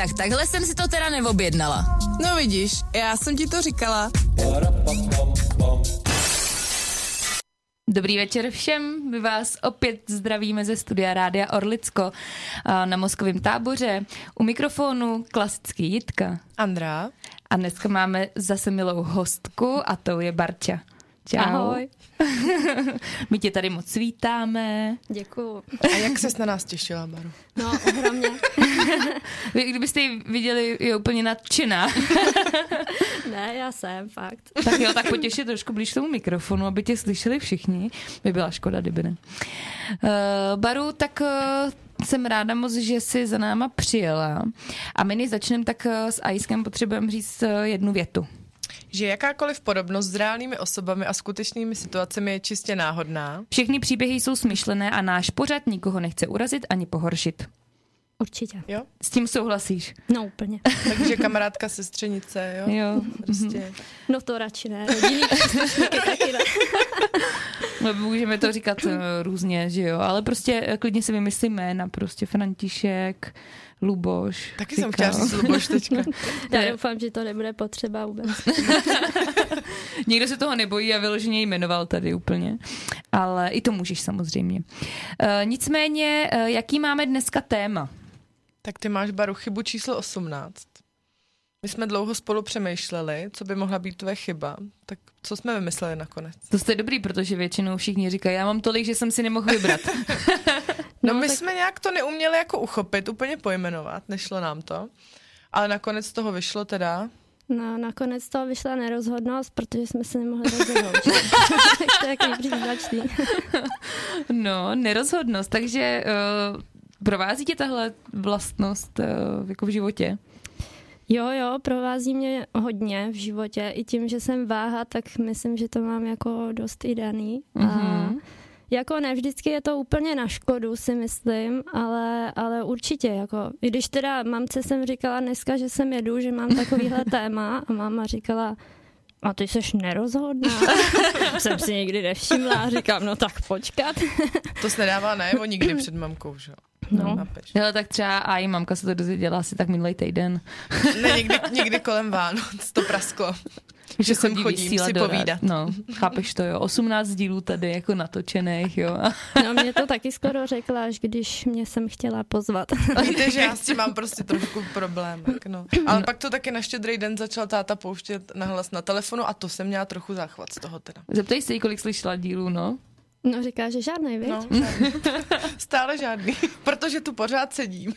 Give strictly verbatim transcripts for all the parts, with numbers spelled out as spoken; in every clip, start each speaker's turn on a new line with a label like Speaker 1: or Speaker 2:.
Speaker 1: Tak takhle jsem si to teda neobjednala.
Speaker 2: No vidíš, já jsem ti to říkala.
Speaker 3: Dobrý večer všem, my vás opět zdravíme ze studia Rádia Orlicko na Mozkovém Táboře. U mikrofonu klasický Jitka.
Speaker 2: Andrá.
Speaker 3: A dneska máme zase milou hostku a to je Barča. Čau.
Speaker 4: Ahoj.
Speaker 3: My tě tady moc vítáme.
Speaker 4: Děkuju.
Speaker 2: A jak ses na nás těšila, Baru?
Speaker 4: No, ohromně.
Speaker 3: Vy, kdybyste ji viděli, je úplně nadšená.
Speaker 4: Ne, já jsem, fakt.
Speaker 3: Tak jo, tak potěš trošku blíž k tomu mikrofonu, aby tě slyšeli všichni. By byla škoda, kdyby ne. Uh, Baru, tak uh, jsem ráda moc, že jsi za náma přijela. A my než začneme, tak uh, s Ajskem potřebujeme říct uh, jednu větu.
Speaker 2: Že jakákoliv podobnost s reálnými osobami a skutečnými situacemi je čistě náhodná.
Speaker 3: Všechny příběhy jsou smyšlené a náš pořad nikoho nechce urazit ani pohoršit.
Speaker 4: Určitě.
Speaker 2: Jo?
Speaker 3: S tím souhlasíš?
Speaker 4: No, úplně.
Speaker 2: Takže kamarádka, sestřenice, jo?
Speaker 3: Jo.
Speaker 2: Prostě.
Speaker 4: No to radši ne. Rodinný příslušníky taky ne.
Speaker 3: No, můžeme to říkat uh, různě, že jo, ale prostě uh, klidně si vymyslím jména, prostě František, Luboš.
Speaker 2: Taky
Speaker 3: říkal.
Speaker 2: jsem chtěla říct Luboš teďka.
Speaker 4: Já doufám, že to nebude potřeba vůbec.
Speaker 3: Někdo se toho nebojí a vyloženě jmenoval tady úplně. Ale i to můžeš samozřejmě. Uh, nicméně, uh, jaký máme dneska téma?
Speaker 2: Tak ty máš, Baru, chybu číslo osmnáct. My jsme dlouho spolu přemýšleli, co by mohla být tvoje chyba. Tak co jsme vymysleli nakonec?
Speaker 3: To je dobrý, protože většinou všichni říkají, já mám tolik, že jsem si nemohl vybrat.
Speaker 2: No,
Speaker 4: No,
Speaker 2: my
Speaker 4: tak...
Speaker 2: jsme nějak to neuměli jako uchopit, úplně pojmenovat, nešlo nám to. Ale nakonec toho vyšlo teda...
Speaker 4: No, nakonec toho vyšla nerozhodnost, protože jsme se nemohli rozhodnout. To je takový příznačný.
Speaker 3: No, nerozhodnost, takže uh, provází tě tahle vlastnost uh, jako v životě?
Speaker 4: Jo, jo, provází mě hodně v životě. I tím, že jsem váha, tak myslím, že to mám jako dost i daný.
Speaker 3: Mm-hmm.
Speaker 4: A jako ne vždycky je to úplně na škodu, si myslím, ale, ale určitě, jako, i když teda mamce jsem říkala dneska, že sem jedu, že mám takovýhle téma a máma říkala, a ty seš nerozhodná. Jsem si nikdy nevšimla a říkám, no tak počkat.
Speaker 2: To se nedává najevo nikdy před mamkou, že jo?
Speaker 4: No.
Speaker 2: Napeš.
Speaker 3: Ale tak třeba a i mamka se to dozvěděla asi tak minulý týden.
Speaker 2: Ne, někdy, někdy kolem Vánoc to prasklo. Že sem chodím si povídat.
Speaker 3: No, chápeš to, jo. osmnáct dílů tady jako natočených, jo.
Speaker 4: No mě to taky skoro řekla, až když mě jsem chtěla pozvat.
Speaker 2: Víte, že já s tím mám prostě trošku problémek, no. Ale no. Pak to taky na Štědrý den začal táta pouštět nahlas na telefonu a to jsem měla trochu záchvat z toho teda.
Speaker 3: Zeptej se jí, kolik slyšela dílů, no.
Speaker 4: No říká, že žádnej, viď?
Speaker 2: No, žádný. Stále žádný, protože tu pořád sedím.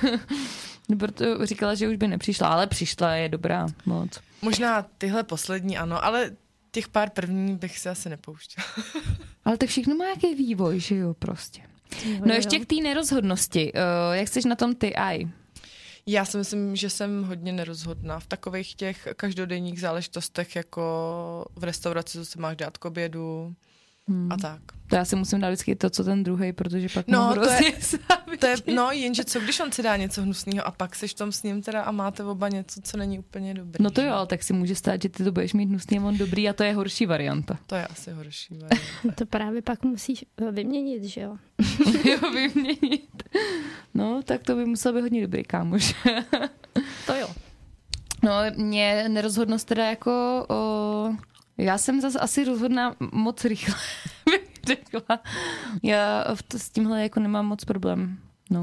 Speaker 3: Proto říkala, že už by nepřišla, ale přišla, je dobrá moc.
Speaker 2: Možná tyhle poslední ano, ale těch pár první bych se asi nepouštěla.
Speaker 3: Ale tak všechno má nějaký vývoj, že jo, prostě.
Speaker 4: Jo,
Speaker 3: No ještě
Speaker 4: jo.
Speaker 3: k té nerozhodnosti. Uh, jak jsi na tom ty, Aj?
Speaker 2: Já si myslím, že jsem hodně nerozhodná v takových těch každodenních záležitostech, jako v restauraci, co si máš dát k obědu hmm. a tak.
Speaker 3: To já si musím dát vždycky to, co ten druhej, protože pak
Speaker 2: No,
Speaker 3: mám
Speaker 2: to je,
Speaker 3: hrozně
Speaker 2: to je, no, jenže co když on si dá něco hnusného a pak seš v tom s ním teda a máte oba něco, co není úplně dobrý.
Speaker 3: No to jo, ale tak si může stát, že ty to budeš mít hnusný a on dobrý a to je horší varianta.
Speaker 2: To je asi horší varianta.
Speaker 4: To právě pak musíš vyměnit, že jo?
Speaker 3: Jo, vyměnit. No, tak to by musel být hodně dobrý kámoš.
Speaker 4: To jo.
Speaker 3: No, mě nerozhodnost teda jako... O, já jsem zase asi rozhodná moc rychle, bych řekla. Já v to, s tímhle jako nemám moc problém. No.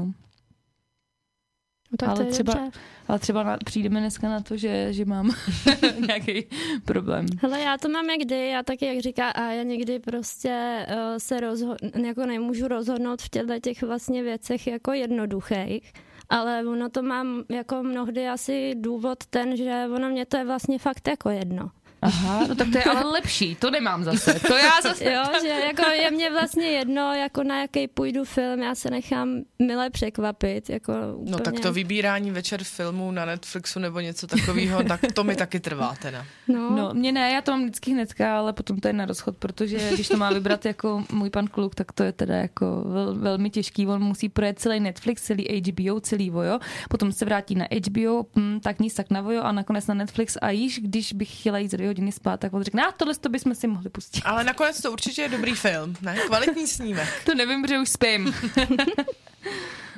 Speaker 4: No, tak
Speaker 3: ale,
Speaker 4: to je
Speaker 3: třeba,
Speaker 4: dobře.
Speaker 3: ale třeba na, přijdeme dneska na to, že, že mám nějaký problém.
Speaker 4: Hele, já to mám někdy, já taky, jak říká, a já někdy prostě uh, se rozhod, jako nemůžu rozhodnout v těchto těch vlastně věcech jako jednoduchých, ale ono to mám jako mnohdy asi důvod ten, že ono mě to je vlastně fakt jako jedno.
Speaker 3: Aha, no tak to je ale lepší, to nemám zase. To já zase...
Speaker 4: Jo, že jako je mě vlastně jedno, jako na jaký půjdu film, já se nechám mile překvapit. Jako úplně...
Speaker 2: No tak to vybírání večer filmů na Netflixu nebo něco takového, tak to mi taky trvá teda.
Speaker 4: No.
Speaker 3: No, mě ne, já to mám vždycky hnedka, ale potom to je na rozchod, protože když to má vybrat jako můj pan kluk, tak to je teda jako vel, velmi těžký. On musí projet celý Netflix, celý H B O, celý Vojo, potom se vrátí na H B O, hm, tak nic, tak na Vojo a nakonec na Netflix a již, když bych chtěla jít za dvě hodiny spát, tak on řekne, a tohle to bychom si mohli pustit.
Speaker 2: Ale nakonec to určitě je dobrý film, ne? Kvalitní snímek.
Speaker 3: To nevím, že už spím.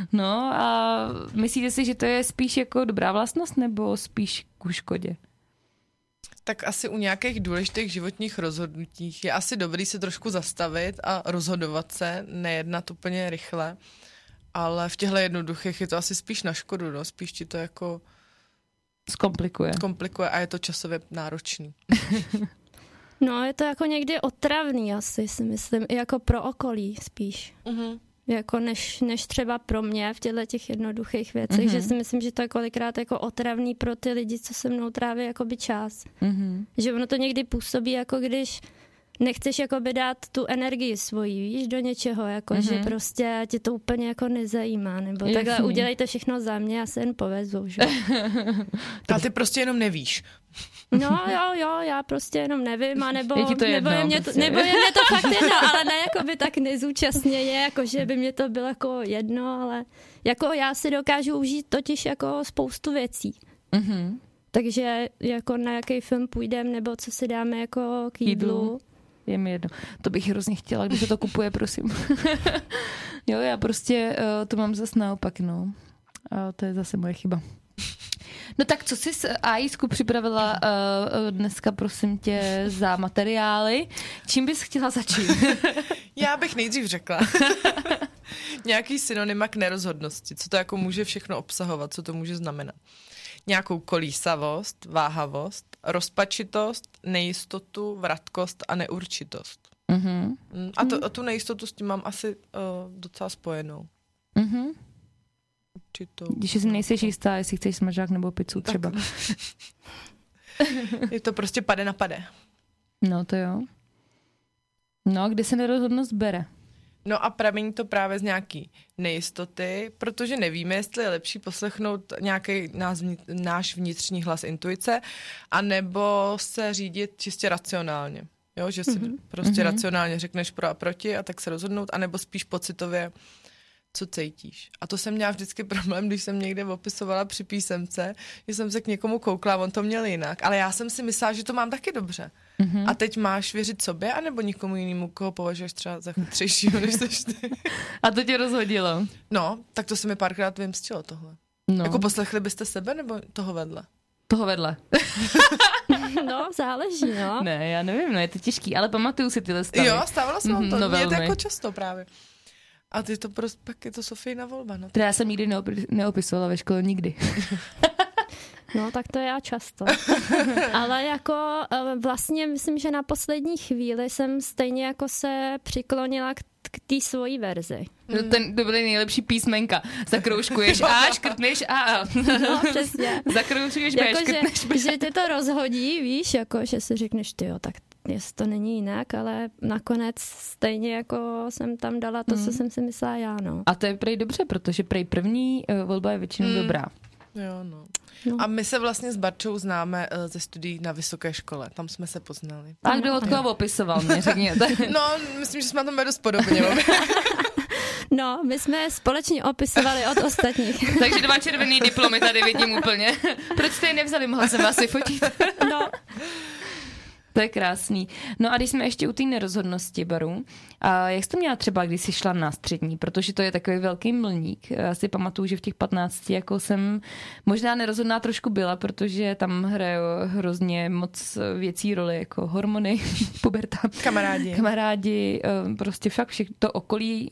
Speaker 3: No a myslíte si, že to je spíš jako dobrá vlastnost nebo spíš ku škodě?
Speaker 2: Tak asi u nějakých důležitých životních rozhodnutích je asi dobrý se trošku zastavit a rozhodovat se, nejednat úplně rychle, ale v těchto jednoduchých je to asi spíš na škodu, no, spíš ti to jako
Speaker 3: zkomplikuje.
Speaker 2: Komplikuje a je to časově náročný.
Speaker 4: No, je to jako někdy otravný asi, si myslím, i jako pro okolí spíš. Uh-huh. Jako než, než třeba pro mě v těchto těch jednoduchých věcech, uh-huh. že si myslím, že to je kolikrát jako otravný pro ty lidi, co se mnou tráví jakoby čas. Uh-huh. Že ono to někdy působí, jako když nechceš jakoby dát tu energii svoji, víš, do něčeho, jako, mm-hmm. že prostě tě to úplně jako nezajímá, nebo Jasný. Takhle udělejte všechno za mě, já se jen povezu, že?
Speaker 2: A ty prostě jenom nevíš.
Speaker 4: No jo, jo, já prostě jenom nevím, a nebo,
Speaker 3: je to jedno,
Speaker 4: nebo, je mě to,
Speaker 3: prostě.
Speaker 4: nebo je mě to fakt jedno, ale ne jakoby tak nezúčastněně, jako že by mě to bylo jako jedno, ale jako já si dokážu užít totiž jako spoustu věcí. Mm-hmm. Takže jako na jaký film půjdem, nebo co si dáme jako k jídlu.
Speaker 3: Je mi jedno. To bych hrozně chtěla, když se to kupuje, prosím. Jo, já prostě uh, to mám zase naopak, no. A to je zase moje chyba. No tak co jsi s Aisku připravila uh, dneska, prosím tě, za materiály? Čím bys chtěla začít?
Speaker 2: Já bych nejdřív řekla. Nějaký synonyma k nerozhodnosti. Co to jako může všechno obsahovat, co to může znamenat. Nějakou kolísavost, váhavost, rozpačitost, nejistotu, vratkost a neurčitost. Mm-hmm. A, to, a tu nejistotu s tím mám asi uh, docela spojenou. Mm-hmm. Určitou.
Speaker 3: Když si nejseš jistá, jestli chceš smažák nebo pizzu třeba.
Speaker 2: Je to prostě pade na pade.
Speaker 3: No to jo. No, kde se nerozhodnost bere?
Speaker 2: No a pramení to právě z nějaký nejistoty, protože nevíme, jestli je lepší poslechnout nějaký náš vnitřní hlas intuice, anebo se řídit čistě racionálně. Jo, že si mm-hmm. prostě mm-hmm. racionálně řekneš pro a proti a tak se rozhodnout, anebo spíš pocitově, co cítíš. A to jsem měla vždycky problém, když jsem někde opisovala při písemce, že jsem se k někomu koukla, on to měl jinak, ale já jsem si myslela, že to mám taky dobře. Mm-hmm. A teď máš věřit sobě, anebo nikomu jinému, koho považuješ třeba za chytřejšího, než seš ty.
Speaker 3: A to tě rozhodilo?
Speaker 2: No, tak to se mi párkrát vymstilo tohle. No. Jako poslechli byste sebe, nebo toho vedle?
Speaker 3: Toho vedle.
Speaker 4: No, záleží, no.
Speaker 3: Ne, já nevím, no je to těžký, ale pamatuju si tyhle stavy.
Speaker 2: Jo, stávala jsem mm-hmm, to,
Speaker 3: no,
Speaker 2: mě to jako často právě. A ty to prostě, pak je to Sofijina volba, no.
Speaker 3: Teda já jsem nikdy neopi- neopisovala ve škole, nikdy.
Speaker 4: No, tak to já často. Ale jako vlastně myslím, že na poslední chvíli jsem stejně jako se přiklonila k, k té svojí verzi.
Speaker 3: No, ten, to byly nejlepší písmenka. Zakroužkuješ A, škrtneš A.
Speaker 4: No, přesně.
Speaker 3: Zakroužkuješ B,
Speaker 4: jako,
Speaker 3: škrtneš B.
Speaker 4: Že, že ty to rozhodí, víš, jako, že si řekneš, tyjo, tak jestli to není jinak, ale nakonec stejně jako jsem tam dala to, mm. co jsem si myslela já, no.
Speaker 3: A to je prej dobře, protože prej první uh, volba je většinou mm. dobrá.
Speaker 2: Jo, no. no. A my se vlastně s Barčou známe uh, ze studií na vysoké škole. Tam jsme se poznali.
Speaker 3: A kdo od koho opisoval mě, řekněte.
Speaker 2: No, myslím, že jsme tam dost podobně.
Speaker 4: No, my jsme společně opisovali od ostatních.
Speaker 3: Takže dva červený diplomy tady vidím úplně. Proč jste je nevzali? Mohla jsem vás vyfotit.
Speaker 4: No.
Speaker 3: To je krásný. No a když jsme ještě u té nerozhodnosti, Baru, a jak jsi to měla třeba, když jsi šla na střední, protože to je takový velký mlník. Já si pamatuju, že v těch patnácti jako jsem možná nerozhodná trošku byla, protože tam hraje hrozně moc věcí roli, jako hormony, puberta.
Speaker 2: Kamarádi.
Speaker 3: Kamarádi, prostě fakt všechno to okolí.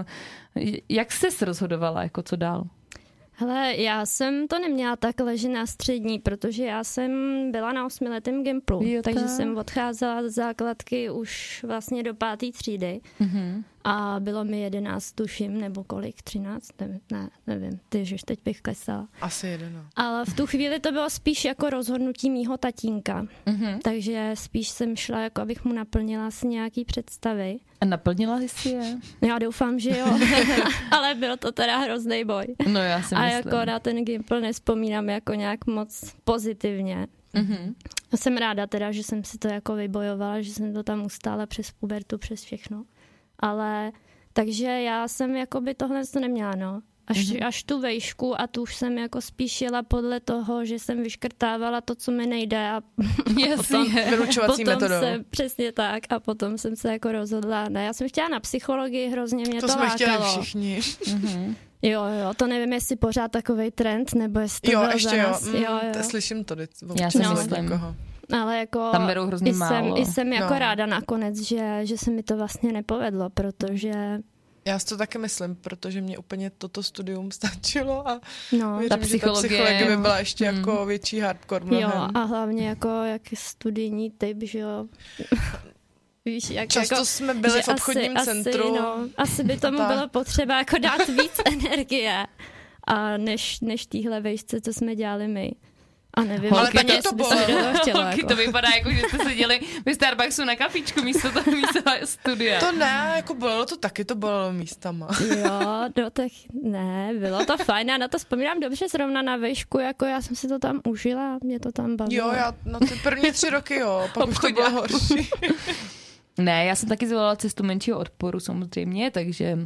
Speaker 3: Jak jsi se rozhodovala, jako co dál?
Speaker 4: Hele, já jsem to neměla takhle, že na střední, protože já jsem byla na osmiletém gymplu, jo, takže jsem odcházela z základky už vlastně do páté třídy. Mm-hmm. A bylo mi jedenáct, tuším, nebo kolik, třináct, nevím, ne, nevím, tyžiž, teď bych klesala.
Speaker 2: Asi jedenáct.
Speaker 4: Ale v tu chvíli to bylo spíš jako rozhodnutí mýho tatínka, mm-hmm. takže spíš jsem šla, jako abych mu naplnila si nějaký představy.
Speaker 3: A naplnila jsi je?
Speaker 4: Já doufám, že jo, ale byl to teda hrozný boj.
Speaker 3: No já si
Speaker 4: A
Speaker 3: myslím.
Speaker 4: jako na ten gympl nespomínám jako nějak moc pozitivně. Mm-hmm. Jsem ráda teda, že jsem si to jako vybojovala, že jsem to tam ustála přes pubertu, přes všechno. Ale takže já jsem jakoby tohle to neměla, no. Až,
Speaker 3: Mm-hmm.
Speaker 4: až tu vejšku a tu už jsem jako spíš jela podle toho, že jsem vyškrtávala to, co mi nejde a potom,
Speaker 2: Vylučovací
Speaker 4: potom
Speaker 2: metodou.
Speaker 4: se, přesně tak a potom jsem se jako rozhodla, ne, já jsem chtěla na psychologii, hrozně mě to,
Speaker 2: to
Speaker 4: to
Speaker 2: jsme
Speaker 4: lákalo.
Speaker 2: chtěli všichni.
Speaker 3: Mm-hmm.
Speaker 4: Jo, jo, to nevím, jestli pořád takovej trend, nebo jestli to
Speaker 2: Jo,
Speaker 4: bylo
Speaker 2: ještě
Speaker 4: za
Speaker 2: jo.
Speaker 4: nás.
Speaker 2: Mm,
Speaker 4: jo, jo.
Speaker 2: t- Slyším to teď.
Speaker 3: Já si
Speaker 4: No.
Speaker 3: myslím.
Speaker 4: Ale jako
Speaker 3: Tam berou hrozně
Speaker 4: i jsem,
Speaker 3: málo.
Speaker 4: i jsem jako
Speaker 2: No.
Speaker 4: ráda nakonec, že, že se mi to vlastně nepovedlo, protože
Speaker 2: Já si to taky myslím, protože mě úplně toto studium stačilo a
Speaker 4: no,
Speaker 2: věřím,
Speaker 3: Ta
Speaker 2: že ta
Speaker 3: psychologie-
Speaker 2: psychologie by byla ještě
Speaker 3: Hmm.
Speaker 2: jako větší hardcore mnohem.
Speaker 4: jo, a hlavně jako jak studijní typ, že jo. Víš, jak
Speaker 2: Často
Speaker 4: jako,
Speaker 2: jsme byli
Speaker 4: že
Speaker 2: v obchodním
Speaker 4: asi,
Speaker 2: centru.
Speaker 4: Asi, no, asi by tomu
Speaker 2: tak.
Speaker 4: bylo potřeba jako dát víc energie a než, než týhle vejšce, co jsme dělali my. A nevím,
Speaker 2: Ale
Speaker 4: úplně,
Speaker 2: taky to
Speaker 4: jestli by
Speaker 2: bylo.
Speaker 4: se mi do toho chtělo.
Speaker 3: Holky,
Speaker 4: Jako.
Speaker 3: to vypadá jako, že jste seděli ve Starbucksu na kafičku místo toho místo studia.
Speaker 2: To ne, jako bolelo to taky, to bolelo místama.
Speaker 4: Jo, no tak ne, bylo to fajn, já na to vzpomínám dobře, zrovna na vejšku, jako já jsem si to tam užila, mě to tam bavilo.
Speaker 2: Jo, já na ty první tři roky jo, pak už to bylo
Speaker 3: Obchoďáku.
Speaker 2: horší.
Speaker 3: Ne, já jsem taky zvolila cestu menšího odporu samozřejmě, takže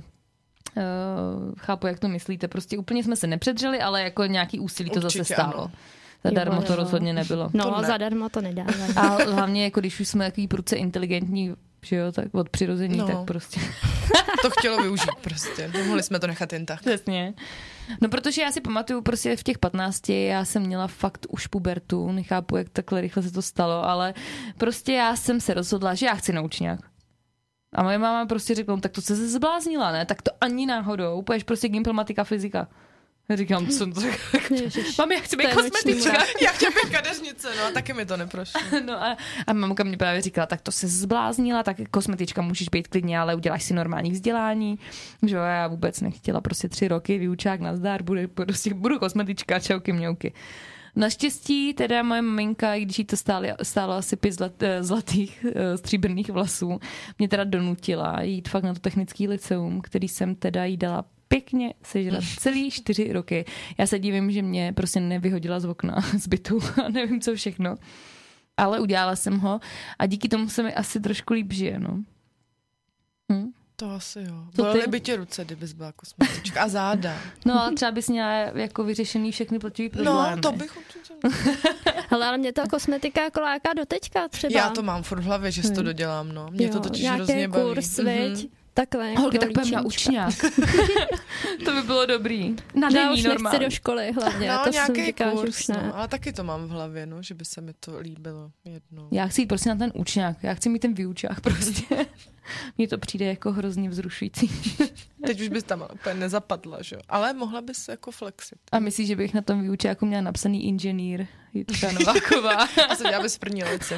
Speaker 3: uh, chápu, jak to myslíte. Prostě úplně jsme se nepředřeli, ale jako nějaký úsilí to
Speaker 2: Určitě
Speaker 3: zase stálo.
Speaker 2: ano.
Speaker 3: Zadarmo
Speaker 4: Jo,
Speaker 3: to
Speaker 4: jo.
Speaker 3: rozhodně nebylo.
Speaker 4: No,
Speaker 2: To ne.
Speaker 4: zadarmo to nedávají.
Speaker 3: A hlavně, jako když už jsme takový prudce inteligentní, že jo, tak od přirození,
Speaker 2: No.
Speaker 3: tak prostě.
Speaker 2: To chtělo využít prostě. Nemohli jsme to nechat jen tak.
Speaker 3: Přesně. No, protože já si pamatuju, prostě v těch patnácti já jsem měla fakt už pubertu, nechápu, jak takhle rychle se to stalo, ale prostě já jsem se rozhodla, že já chci naučňák. A moje máma prostě řekla, no, tak to se zbláznila, ne? Tak to ani náhodou, půjdeš prostě gimpelmatika, fyzika. Já říkám, co to tak...
Speaker 4: Ježiš.
Speaker 3: Mami, já chci být
Speaker 4: To je noční
Speaker 3: kosmetička.
Speaker 4: můra.
Speaker 2: Já chtěla být kadeřnice, no a taky mi to neprošlo.
Speaker 3: No a, a mamka mě právě říkala, tak to se zbláznila, tak kosmetička můžeš být klidně, ale uděláš si normální vzdělání. Že jo, já vůbec nechtěla prostě tři roky, výučák, nazdar, budu, prostě, budu kosmetička, čauky, mňouky. Naštěstí teda moje maminka, i když jí to stálo, stálo asi pět zlat, zlatých stříbrných vlasů, mě teda donutila jít fakt na to technický liceum, který jsem teda jí dala pěkně sežrat celý čtyři roky. Já se divím, že mě prostě nevyhodila z okna, z bytu a nevím co všechno. Ale udělala jsem ho a díky tomu se mi asi trošku líp žije, no. Hm?
Speaker 2: To asi jo.
Speaker 3: Co
Speaker 2: Bolely
Speaker 3: ty?
Speaker 2: by tě ruce, kdybys byla kosmetička. A záda.
Speaker 3: No ale třeba bys měla jako vyřešený všechny platový problémy.
Speaker 2: No, to bych určitě.
Speaker 4: Hele, ale mě to kosmetika jako láká do teďka třeba.
Speaker 2: Já to mám furt v hlavě, že si to dodělám, no. Mě
Speaker 4: jo,
Speaker 2: to totiž
Speaker 4: nějaký
Speaker 2: hrozně baví.
Speaker 4: kurz,
Speaker 2: Mhm.
Speaker 4: viď? Takhle.
Speaker 3: Holky,
Speaker 4: jako
Speaker 3: tak půjdeme na
Speaker 4: líčenčka.
Speaker 3: učňák. To by bylo dobrý. Na
Speaker 4: Já
Speaker 3: denní
Speaker 4: už
Speaker 3: normálně.
Speaker 4: nechci do školy hlavně,
Speaker 2: No,
Speaker 4: to jsem
Speaker 2: nějaký
Speaker 4: říkala, že
Speaker 2: kurz,
Speaker 4: už ne.
Speaker 2: no, ale taky to mám v hlavě, no, že by se mi to líbilo jednou.
Speaker 3: Já chci jít prostě na ten učňák. Já chci mít ten výučák prostě. Mně to přijde jako hrozně vzrušující.
Speaker 2: Teď už bys tam úplně nezapadla, že jo? Ale mohla bys jako flexit.
Speaker 3: A myslíš, že bych na tom výučáku měla napsaný inženýr Jitka Nováková?
Speaker 2: A se dělá bez první leci.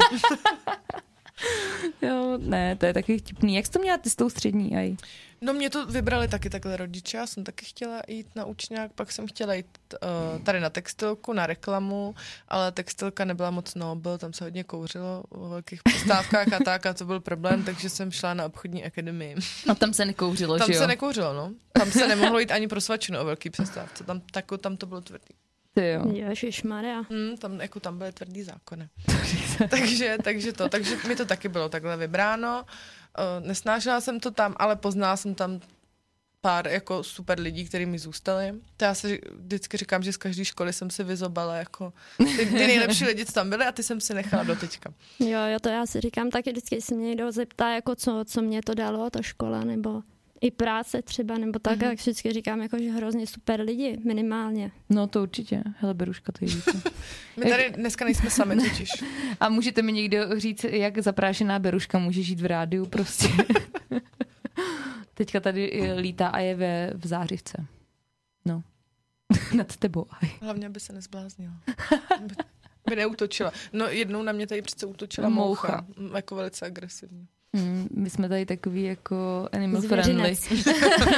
Speaker 3: Jo, ne, to je taky vtipný. Jak jsi to měla ty s tou střední? Aj?
Speaker 2: No mě to vybrali taky takhle rodiče, já jsem taky chtěla jít na učňák, pak jsem chtěla jít uh, tady na textilku, na reklamu, ale textilka nebyla moc nobel, tam se hodně kouřilo o velkých přestávkách a tak a to byl problém, takže jsem šla na obchodní akademii.
Speaker 3: A tam se nekouřilo,
Speaker 2: Tam
Speaker 3: že jo?
Speaker 2: se nekouřilo, no. Tam se nemohlo jít ani pro svačinu o velký přestávce, tam, tako, tam to bylo tvrdý.
Speaker 3: Ty jo.
Speaker 4: Ježišmarja.
Speaker 2: Hmm, tam, jako, tam byly tvrdý zákony. takže, takže to, takže mi to taky bylo takhle vybráno. Uh, nesnášela jsem to tam, ale poznala jsem tam pár jako super lidí, kteří mi zůstali. To já si vždycky říkám, že z každé školy jsem si vyzobala jako ty, ty nejlepší lidi, co tam byly a ty jsem si nechala do teďka.
Speaker 4: Jo, jo, to já si říkám taky vždycky, když se mě někdo zeptá, jako co, co mě to dalo, ta škola, nebo i práce třeba, nebo tak, mm-hmm. jak vždycky říkám, jako, že hrozně super lidi, minimálně.
Speaker 3: No to určitě. Hele, Beruška, to je víte.
Speaker 2: My tady dneska nejsme sami totiž.
Speaker 3: A můžete mi někdo říct, jak zaprášená Beruška může žít v rádiu prostě? Teďka tady lítá a je ve, v zářivce. No. Nad tebou. Aj.
Speaker 2: Hlavně, aby se nezbláznila. By, by neútočila. No jednou na mě tady přece útočila
Speaker 3: Moucha.
Speaker 2: moucha. moucha. Jako velice agresivní.
Speaker 3: Mm, my jsme tady takový jako animal
Speaker 4: Zvěřinec.
Speaker 3: friendly.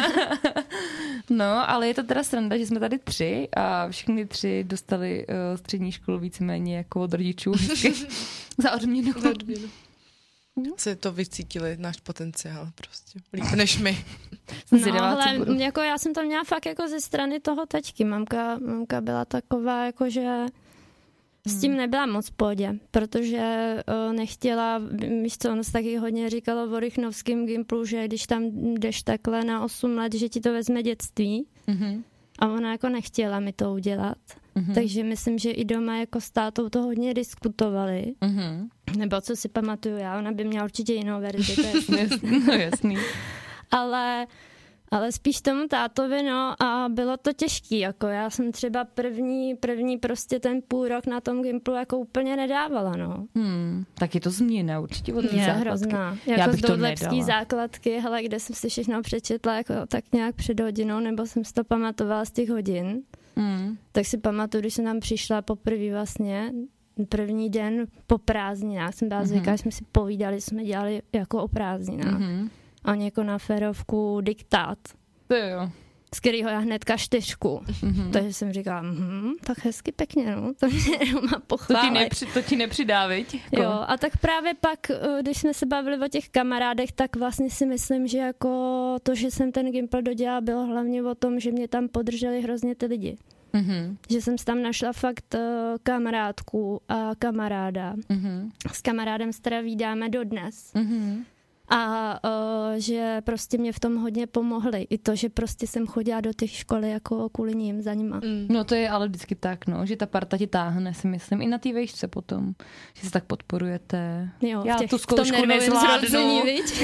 Speaker 3: No, ale je to teda sranda, že jsme tady tři a všechny tři dostali uh, střední školu víceméně jako od rodičů za odměnu.
Speaker 2: Si to vycítili, náš potenciál prostě. Líp než my.
Speaker 3: Jsem
Speaker 4: No,
Speaker 3: zvědavá, co
Speaker 4: ale
Speaker 3: budu.
Speaker 4: jako já jsem to měla fakt jako ze strany toho taťky. Mamka, mamka byla taková, jako že s tím nebyla moc v pohodě, protože uh, nechtěla, víš co, ono se taky hodně říkalo o Rychnovském gimplu, že když tam jdeš takhle na osm let, že ti to vezme dětství.
Speaker 3: Mhm.
Speaker 4: a ona jako nechtěla mi to udělat. Mm-hmm. Takže myslím, že i doma jako s tátou to hodně diskutovali. Mm-hmm. Nebo co si pamatuju já, ona by měla určitě jinou verzi. To je jasný.
Speaker 3: No jasný.
Speaker 4: Ale... Ale spíš tomu tátovi, no, a bylo to těžký, jako já jsem třeba první, první prostě ten půl rok na tom Gimplu jako úplně nedávala, no.
Speaker 3: Hmm, tak je to změna určitě od té
Speaker 4: je
Speaker 3: základky.
Speaker 4: Hrozná.
Speaker 3: Já
Speaker 4: jako
Speaker 3: bych
Speaker 4: z
Speaker 3: to
Speaker 4: doudlepský
Speaker 3: nedala.
Speaker 4: základky, hele, kde jsem si všechno přečetla jako tak nějak před hodinou, nebo jsem si to pamatovala z těch hodin. Hmm. Tak si pamatuju, když jsem tam přišla poprvé vlastně, první den po prázdninách, jsem byla zvyklá, mm-hmm. jsme si povídali, jsme dělali jako o prázdninách. Mm-hmm. A jako na férovku diktát.
Speaker 3: To jo.
Speaker 4: Z kterého já hnedka čtyřku. Mm-hmm. Takže jsem říkala, mm, tak hezky pěkně, no. To mě má pochválit.
Speaker 3: To ti, nepři, to ti nepřidá, viď? Jako.
Speaker 4: Jo, a tak právě pak, když jsme se bavili o těch kamarádech, tak vlastně si myslím, že jako to, že jsem ten Gimpl dodělala, bylo hlavně o tom, že mě tam podrželi hrozně ty lidi. Mm-hmm. Že jsem tam našla fakt uh, kamarádku a kamaráda. Mm-hmm. S kamarádem se teda vídáme dodnes. Mm-hmm. A uh, že prostě mě v tom hodně pomohli. I to, že prostě jsem chodila do těch školy jako kvůli ním, za nima.
Speaker 3: Mm. No to je ale vždycky tak, no, že ta parta ti táhne, si myslím, i na té vejšce potom, že se tak podporujete.
Speaker 4: Jo,
Speaker 3: já
Speaker 4: těch,
Speaker 3: tu zkoušku nezvládnu.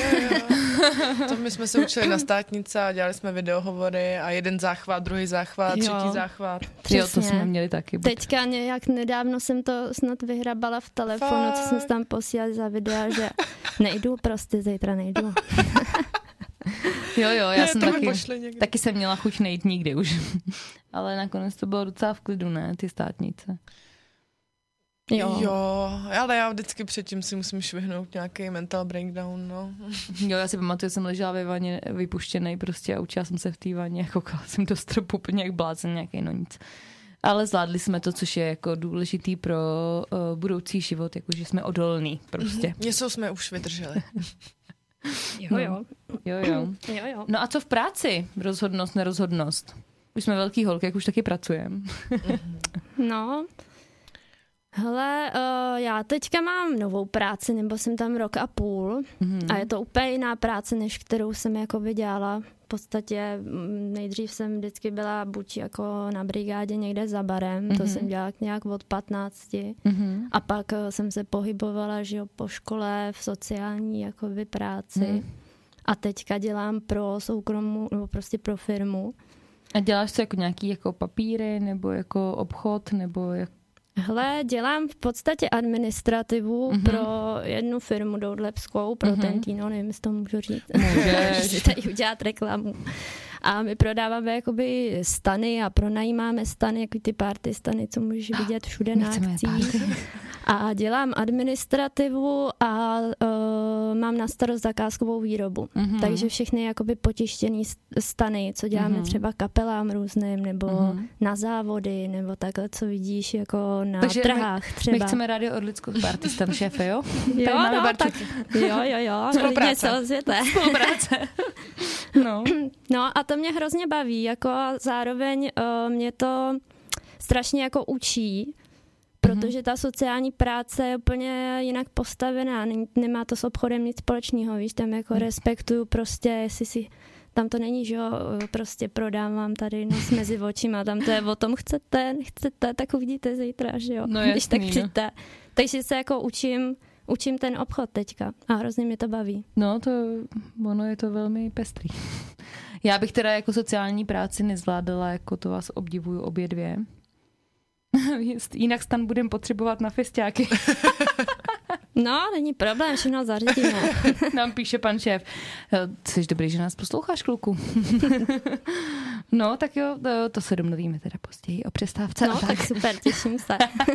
Speaker 2: To my jsme se učili na státnice a dělali jsme videohovory a jeden záchvat, druhý záchvat, jo. třetí záchvat.
Speaker 3: Přesně. Jo, to jsme měli taky.
Speaker 4: Teďka nějak nedávno jsem to snad vyhrabala v telefonu, Fakt. co jsem tam posílala za videa, že nejdu prostě, zítra nejdu.
Speaker 3: Jo, jo, já ne, jsem taky, taky jsem měla chuť nejít nikdy už. Ale nakonec to bylo docela v klidu, ne, ty státnice.
Speaker 2: Jo. jo, ale já vždycky předtím si musím švihnout nějaký mental breakdown, no.
Speaker 3: Jo, já si pamatuju, že jsem ležela ve vaně vypuštěnej prostě a učila jsem se v té vaně, koukala jsem do stropu úplně jak blázen nějaký, no nic. Ale zvládli jsme to, což je jako důležitý pro uh, budoucí život, jakože jsme odolní prostě.
Speaker 2: Něco jsme už vydrželi.
Speaker 4: Jo, jo.
Speaker 3: Jo, jo.
Speaker 4: jo, jo.
Speaker 3: No a co v práci? Rozhodnost, nerozhodnost. Už jsme velký holky, jak už taky pracujeme.
Speaker 4: No, hele, uh, já teďka mám novou práci, nebo jsem tam rok a půl mm-hmm. a je to úplně jiná práce, než kterou jsem jako dělala. V podstatě nejdřív jsem vždycky byla buď jako na brigádě někde za barem, mm-hmm. to jsem dělala nějak od patnácti mm-hmm. a pak jsem se pohybovala, že jo, po škole v sociální jakoby práci mm. a teďka dělám pro soukromou, nebo prostě pro firmu.
Speaker 3: A děláš to jako nějaký jako papíry, nebo jako obchod, nebo jak?
Speaker 4: Hele, dělám v podstatě administrativu mm-hmm. pro jednu firmu doudlepskou, pro mm-hmm. Tentino, nevím, jestli to můžu říct. Můžeš. si tady udělat reklamu. A my prodáváme jakoby stany a pronajímáme stany, jako ty party stany, co můžeš vidět všude na akcích. A dělám administrativu a uh, mám na starost zakázkovou výrobu. Mm-hmm. Takže všechny jakoby potištěný stany, co děláme mm-hmm. třeba kapelám různým, nebo mm-hmm. na závody, nebo takhle, co vidíš jako na
Speaker 3: Takže
Speaker 4: trhách
Speaker 3: my,
Speaker 4: třeba.
Speaker 3: My chceme rádio Orlickou party stan, šéfe, jo?
Speaker 4: Jo, no, tak, jo, jo, jo.
Speaker 2: Spolupráce.
Speaker 3: Spolupráce. No.
Speaker 4: No a to mě hrozně baví, jako a zároveň uh, mě to strašně jako učí, protože ta sociální práce je úplně jinak postavená, nemá to s obchodem nic společného, víš, tam jako respektuju prostě, jestli si, tam to není, že jo, prostě prodám vám tady nos mezi očima, tam to je o tom chcete, nechcete, tak uvidíte zítra, že jo,
Speaker 3: no jasný,
Speaker 4: když tak přijďte. No. Takže se jako učím, učím ten obchod teďka a hrozně mě to baví.
Speaker 3: No to, ono je to velmi pestrý. Já bych teda jako sociální práci nezvládala, jako to vás obdivuju obě dvě. Jinak stan budem potřebovat na festiáky.
Speaker 4: No, není problém, všechno zařídíme.
Speaker 3: Nám píše pan šéf. Jsi dobrý, že nás posloucháš, kluku. No, tak jo, to, to se domluvíme teda později o přestávce.
Speaker 4: No, tak. tak super, těším se.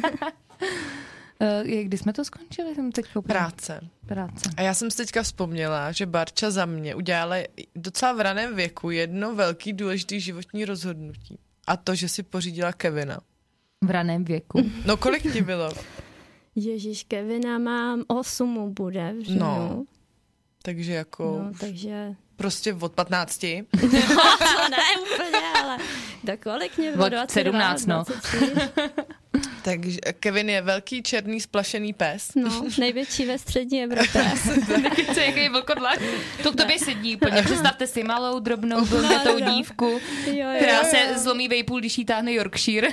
Speaker 3: Kdy jsme to skončili? Jsem teďka
Speaker 2: Práce.
Speaker 3: Práce.
Speaker 2: A já jsem si teďka vzpomněla, že Barča za mě udělala docela v raném věku jedno velký důležitý životní rozhodnutí. A to, že si pořídila Kevina.
Speaker 3: V raném věku.
Speaker 2: No, kolik ti bylo?
Speaker 4: Ježíš, Kevina mám osm bude v ženu.
Speaker 2: No, takže jako...
Speaker 4: No, takže...
Speaker 2: Prostě od patnácti.
Speaker 4: No, to ne úplně, ale do kolik mě bylo?
Speaker 3: Od sedmnáct, no.
Speaker 2: Takže Kevin je velký černý splašený pes.
Speaker 4: No, největší ve střední Evropě.
Speaker 3: Co, jaký vlkodlak? To k tobě sedí úplně. Představte si malou, drobnou, blondětou
Speaker 4: no, no.
Speaker 3: dívku,
Speaker 4: Jo, jo,
Speaker 3: která
Speaker 4: jo.
Speaker 3: se zlomí vejpůl, když jí táhne Yorkshire.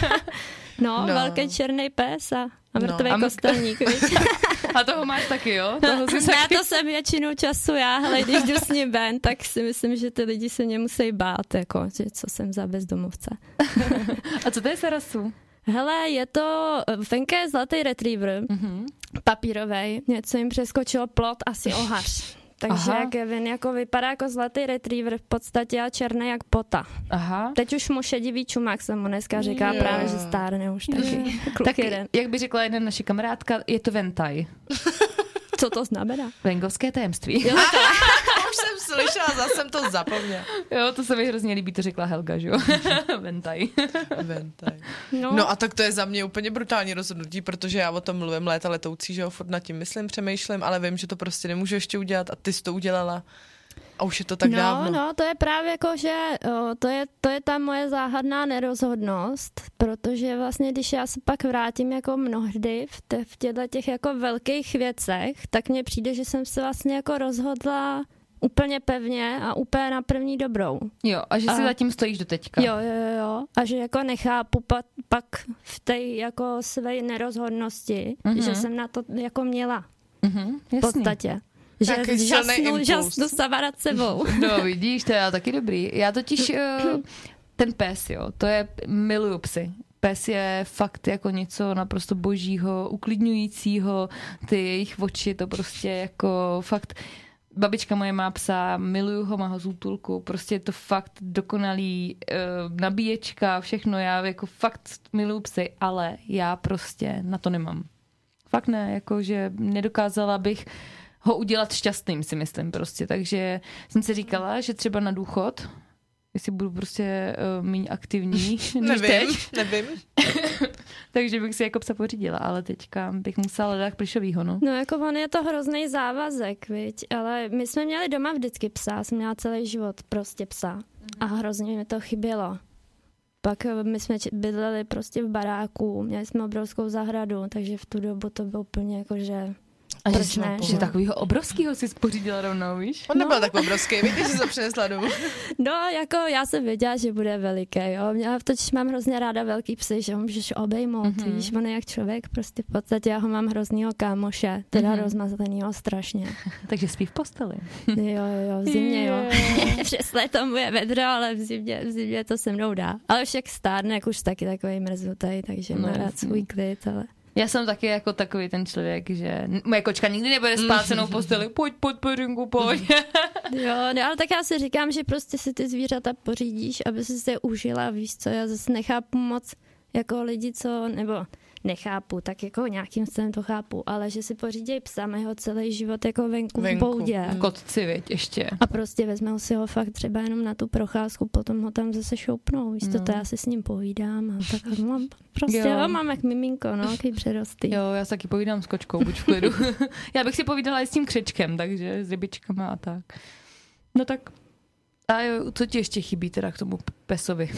Speaker 4: No,
Speaker 2: No.
Speaker 4: velký černý pes a, a mrtvý
Speaker 3: No.
Speaker 4: no. kostelník.
Speaker 3: A toho máš taky, jo? Toho si
Speaker 4: Ne,
Speaker 3: taky...
Speaker 4: to jsem většinou času já, ale když jdu s ním ven, tak si myslím, že ty lidi se mě musí bát, jako, že co jsem za bezdomovce.
Speaker 3: A co to je Sarasu?
Speaker 4: Hele, je to venké zlatý retriever,
Speaker 3: Mm-hmm.
Speaker 4: papírovej, něco jim přeskočilo plot, asi ohař. Takže
Speaker 3: Aha.
Speaker 4: Kevin jako vypadá jako zlatý retriever v podstatě a černý jak pota.
Speaker 3: Aha.
Speaker 4: Teď už mu šedivý čumák jsem mu dneska říká,
Speaker 2: Yeah.
Speaker 4: právě, že stárne už taky. Kluk
Speaker 3: Tak
Speaker 4: jeden.
Speaker 3: jak by řekla jedna naše kamarádka, je to ventaj.
Speaker 4: Co to znamená?
Speaker 3: Vengovské tajemství.
Speaker 4: Jo,
Speaker 2: Už jsem slyšela, zase jsem to zapomněla.
Speaker 3: Jo, to se mi hrozně líbí, to řekla Helga, že jo? Ventaj.
Speaker 2: Ventaj.
Speaker 4: no,
Speaker 2: No a tak to je za mě úplně brutální rozhodnutí, protože já o tom mluvím léta letoucí, že jo, furt nad tím myslím, přemýšlím, ale vím, že to prostě nemůžu ještě udělat a ty jsi to udělala. A už je to tak
Speaker 4: no,
Speaker 2: dávno.
Speaker 4: no, to je právě jako, že o, to, je, to je ta moje záhadná nerozhodnost, protože vlastně, když já se pak vrátím jako mnohdy v, te, v těchto těch jako velkých věcech, tak mně přijde, že jsem se vlastně jako rozhodla úplně pevně a úplně na první dobrou.
Speaker 3: Jo, a že si
Speaker 4: A-
Speaker 3: zatím stojíš do teďka.
Speaker 4: Jo, jo, jo, jo. A že jako nechápu pa, pak v té jako své nerozhodnosti,
Speaker 3: Mhm.
Speaker 4: mm-hmm. že jsem na to jako měla
Speaker 3: Mhm,
Speaker 4: v podstatě. Že
Speaker 2: Jaký silný
Speaker 4: žasnu,
Speaker 2: impuls.
Speaker 4: žasnu sama nad sebou.
Speaker 3: No vidíš, to je taky dobrý. Já totiž, uh, ten pes, jo, to je, miluju psy. Pes je fakt jako něco naprosto božího, uklidňujícího, ty jejich oči, to prostě jako fakt, babička moje má psa, miluju ho, má ho z útulku, prostě je to fakt dokonalý uh, nabíječka, všechno, já jako fakt miluju psy, ale já prostě na to nemám. Fakt ne, jakože nedokázala bych ho udělat šťastným, si myslím prostě, takže jsem si říkala, že třeba na důchod, jestli budu prostě uh, méně aktivní než
Speaker 2: Nevím,
Speaker 3: teď,
Speaker 2: nevím.
Speaker 3: takže bych si jako psa pořídila, ale teďka bych musela hledat plišovýho, no.
Speaker 4: No jako on je to hrozný závazek, viď? Ale my jsme měli doma vždycky psa, jsem měla celý život prostě psa a hrozně mi to chybělo. Pak eh, my jsme či- bydleli prostě v baráku, měli jsme obrovskou zahradu, takže v tu dobu to bylo úplně jako, že
Speaker 3: A
Speaker 4: proč
Speaker 3: že,
Speaker 4: ne,
Speaker 3: že
Speaker 4: že?
Speaker 3: takovýho obrovskýho si pořídila rovnou, víš?
Speaker 2: On nebyl tak obrovský, víš, že jsi to přinesla domů.
Speaker 4: No, jako já jsem věděla, že bude veliký, jo. Já totiž mám hrozně ráda velký psy, že ho můžeš obejmout,
Speaker 3: Mhm.
Speaker 4: mm-hmm. víš, on je jak člověk, prostě v podstatě já ho mám hroznýho kámoše, teda
Speaker 3: Mhm.
Speaker 4: mm-hmm. rozmazenýho strašně.
Speaker 3: Takže spí v posteli.
Speaker 4: Jo, jo, jo, v zimě, jo.
Speaker 3: Je.
Speaker 4: Přes léto mu je vedro, ale v zimě, v zimě to se mnou dá. Ale však stárne, jak už taky takový mrzutej, takže
Speaker 3: No,
Speaker 4: má rád
Speaker 3: jasně.
Speaker 4: svůj klid, ale...
Speaker 3: Já jsem taky jako takový ten člověk, že moje kočka nikdy nebude spát se mnou v posteli, pojď, pojď, Perinku, pojď.
Speaker 4: Jo, no, ale tak já si říkám, že prostě si ty zvířata pořídíš, aby si se je užila, víš co, já zase nechápu moc jako lidi, co, nebo nechápu, tak jako nějakým stylem to chápu, ale že si pořídějí psa, mají ho celý život jako venku,
Speaker 2: Venku.
Speaker 4: v boudě.
Speaker 3: Kotci, věď, ještě.
Speaker 4: A prostě vezmou si ho fakt třeba jenom na tu procházku, potom ho tam zase šoupnou, víš to,
Speaker 3: No.
Speaker 4: to já si s ním povídám a tak mám, prostě
Speaker 3: Jo.
Speaker 4: jo. mám jak miminko, no, jaký přerosty.
Speaker 3: Jo, já se taky povídám s kočkou, buď v klidu. Já bych si povídala i s tím křečkem, takže s rybičkama a tak. No tak. A jo, co ti ještě chybí teda k tomu pesovi?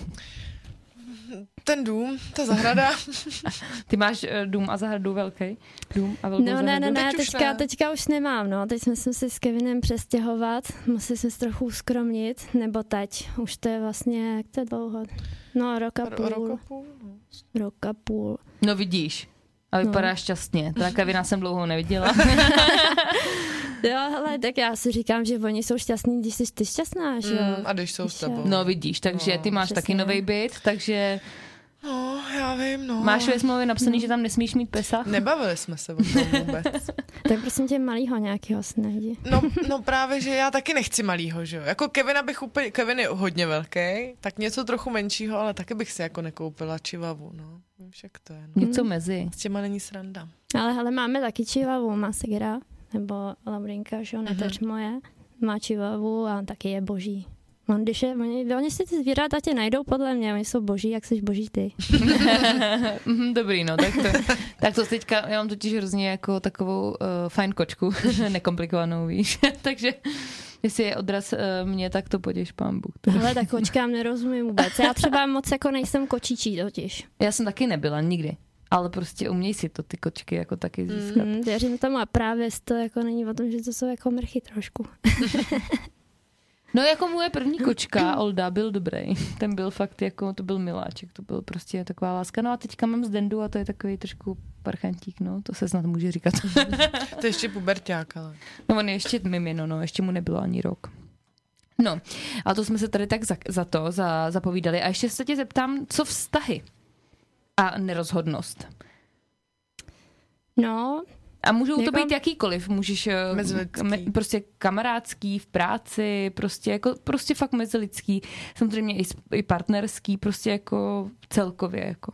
Speaker 2: Ten dům, ta zahrada.
Speaker 3: Ty máš uh, dům a zahradu velký? Dům a velkou
Speaker 4: No
Speaker 3: zahradu?
Speaker 4: ne, ne, ne,
Speaker 2: Teď už
Speaker 4: teďka,
Speaker 2: ne.
Speaker 4: teďka už nemám, no. Teď jsme se museli s Kevinem přestěhovat, museli jsme se trochu uskromnit, nebo teď, už to je vlastně, jak to je dlouho? No, rok a půl,
Speaker 2: Rok a půl. no.
Speaker 4: rok a půl.
Speaker 3: No vidíš. A vypadá no. šťastně. Teda Kevina jsem dlouho neviděla.
Speaker 4: Jo, hele, tak já si říkám, že oni jsou šťastní, když jsi ty šťastná, že jo?
Speaker 2: Mm, a když jsou s tebou.
Speaker 3: No vidíš, takže
Speaker 2: No,
Speaker 3: ty máš
Speaker 4: přesně.
Speaker 3: taky nový byt, takže
Speaker 2: No, já vím, no.
Speaker 3: máš ve smlouvě napsaný, že tam nesmíš mít pesa?
Speaker 2: Nebavili jsme se o tom vůbec.
Speaker 4: Tak prosím tě, malýho nějakýho si najdi.
Speaker 2: No, no právě, že já taky nechci malýho, že jo. Jako Kevina bych úplně, Kevin je hodně velký, tak něco trochu menšího, ale taky bych si jako nekoupila čivavu, no. Víš, jak to je, no.
Speaker 3: Něco mezi.
Speaker 2: S těma není sranda.
Speaker 4: Ale hele, máme taky čivavu, má Segra, nebo Laurinka, že jo,
Speaker 2: Mhm.
Speaker 4: neteř moje, má čivavu a taky je boží. On, když je, oni, oni si ty zvířata tě najdou podle mě, oni jsou boží, jak jsi boží ty.
Speaker 3: Mhm, Dobrý, no, tak to, tak to teďka, já mám totiž hrozně jako takovou uh, fajn kočku, nekomplikovanou, víš, takže Jestli je odraz uh, mě, tak to potěš pán Bůh.
Speaker 4: Ale tak kočkám nerozumím vůbec. Já třeba moc jako nejsem kočičí totiž.
Speaker 3: Já jsem taky nebyla nikdy. Ale prostě uměj si to ty kočky jako taky získat.
Speaker 4: Mm, věřím tomu a právě to jako není o tom, že to jsou jako mrchy trošku.
Speaker 3: No jako moje první kočka, Olda, byl dobrý. Ten byl fakt jako, to byl miláček, to byl prostě taková láska. No a teďka mám z Dendu a to je takový trošku parchantík, no, to se snad může říkat.
Speaker 2: To je ještě puberťák, ale.
Speaker 3: No on je ještě mimino, no, ještě mu nebylo ani rok. No, a to jsme se tady tak za, za to za, zapovídali. A ještě se tě zeptám, co vztahy a nerozhodnost?
Speaker 4: No...
Speaker 3: A můžou
Speaker 4: jako...
Speaker 3: to být jakýkoliv, můžeš me, prostě kamarádský, v práci, prostě jako prostě fakt mezilidský, samozřejmě i, i partnerský, prostě jako celkově jako.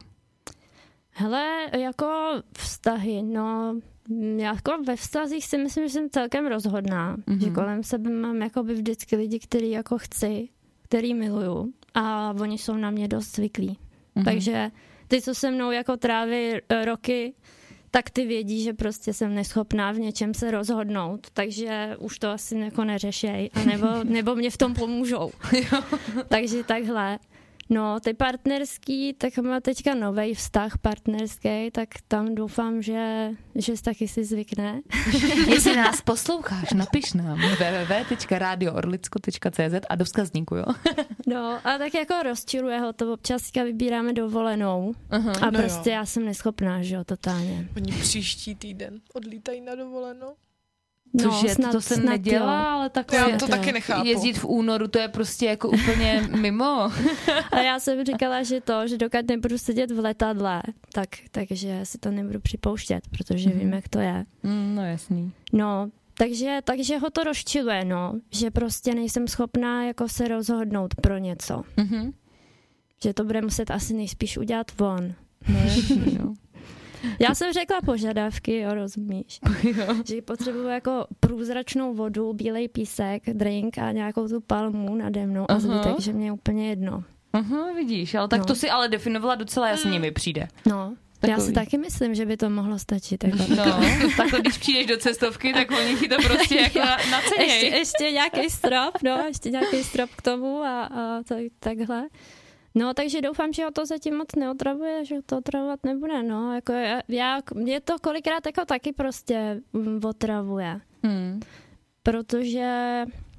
Speaker 4: Hele, jako vztahy, no jako ve vztazích si myslím, že jsem celkem rozhodná, mm-hmm. že kolem sebe mám jakoby vždycky lidi, který jako chci, který miluju a oni jsou na mě dost zvyklí. Mm-hmm. Takže ty, co se mnou jako tráví roky, tak ty vědí, že prostě jsem neschopná v něčem se rozhodnout, takže už to asi jako neřešej, anebo, nebo mě v tom pomůžou. Takže takhle. No, ty partnerský, tak má teďka novej vztah partnerský, tak tam doufám, že, že taky si zvykne.
Speaker 3: Jestli nás posloucháš, napiš nám w w w tečka radio orlicko tečka c z a do vzkazníku, jo?
Speaker 4: No, a tak jako rozčiluje ho to, občas vybíráme dovolenou uh-huh. a
Speaker 2: no
Speaker 4: prostě
Speaker 2: jo.
Speaker 4: já jsem neschopná, že jo, totálně.
Speaker 2: Oni příští týden odlítají na dovolenou.
Speaker 3: No, Což je,
Speaker 4: snad,
Speaker 3: to se
Speaker 4: snad
Speaker 3: nedělá,
Speaker 4: jo.
Speaker 3: ale takhle
Speaker 2: Já to taky nechápu.
Speaker 3: Jezdit v únoru, to je prostě jako úplně mimo.
Speaker 4: A já jsem říkala, že to, že dokud nebudu sedět v letadle, tak, takže si to nebudu připouštět, protože mm. vím, jak to je.
Speaker 3: Mm, no jasný.
Speaker 4: No, takže, takže ho to rozčiluje, no, že prostě nejsem schopná jako se rozhodnout pro něco. Mm-hmm. Že to bude muset asi nejspíš udělat on.
Speaker 3: No jasný, no.
Speaker 4: Já jsem řekla požadavky, jo, rozumíš? Jo. Že potřebuju jako průzračnou vodu, bílej písek, drink a nějakou tu palmu nade mnou a zbytek, že mě je úplně jedno.
Speaker 3: Aha, vidíš, ale tak no. To si ale definovala docela jasně, mi přijde.
Speaker 4: No, takový. Já si taky myslím, že by to mohlo stačit. Jako
Speaker 3: no, tak když přijdeš do cestovky, tak oni ti to prostě jako naceněj.
Speaker 4: Ještě, ještě nějaký strop, no, ještě nějaký strop k tomu a, a tak, takhle. No, takže doufám, že ho to zatím moc neotravuje, že ho to otravovat nebude, no, jako já, já mě to kolikrát jako taky prostě otravuje, hmm. protože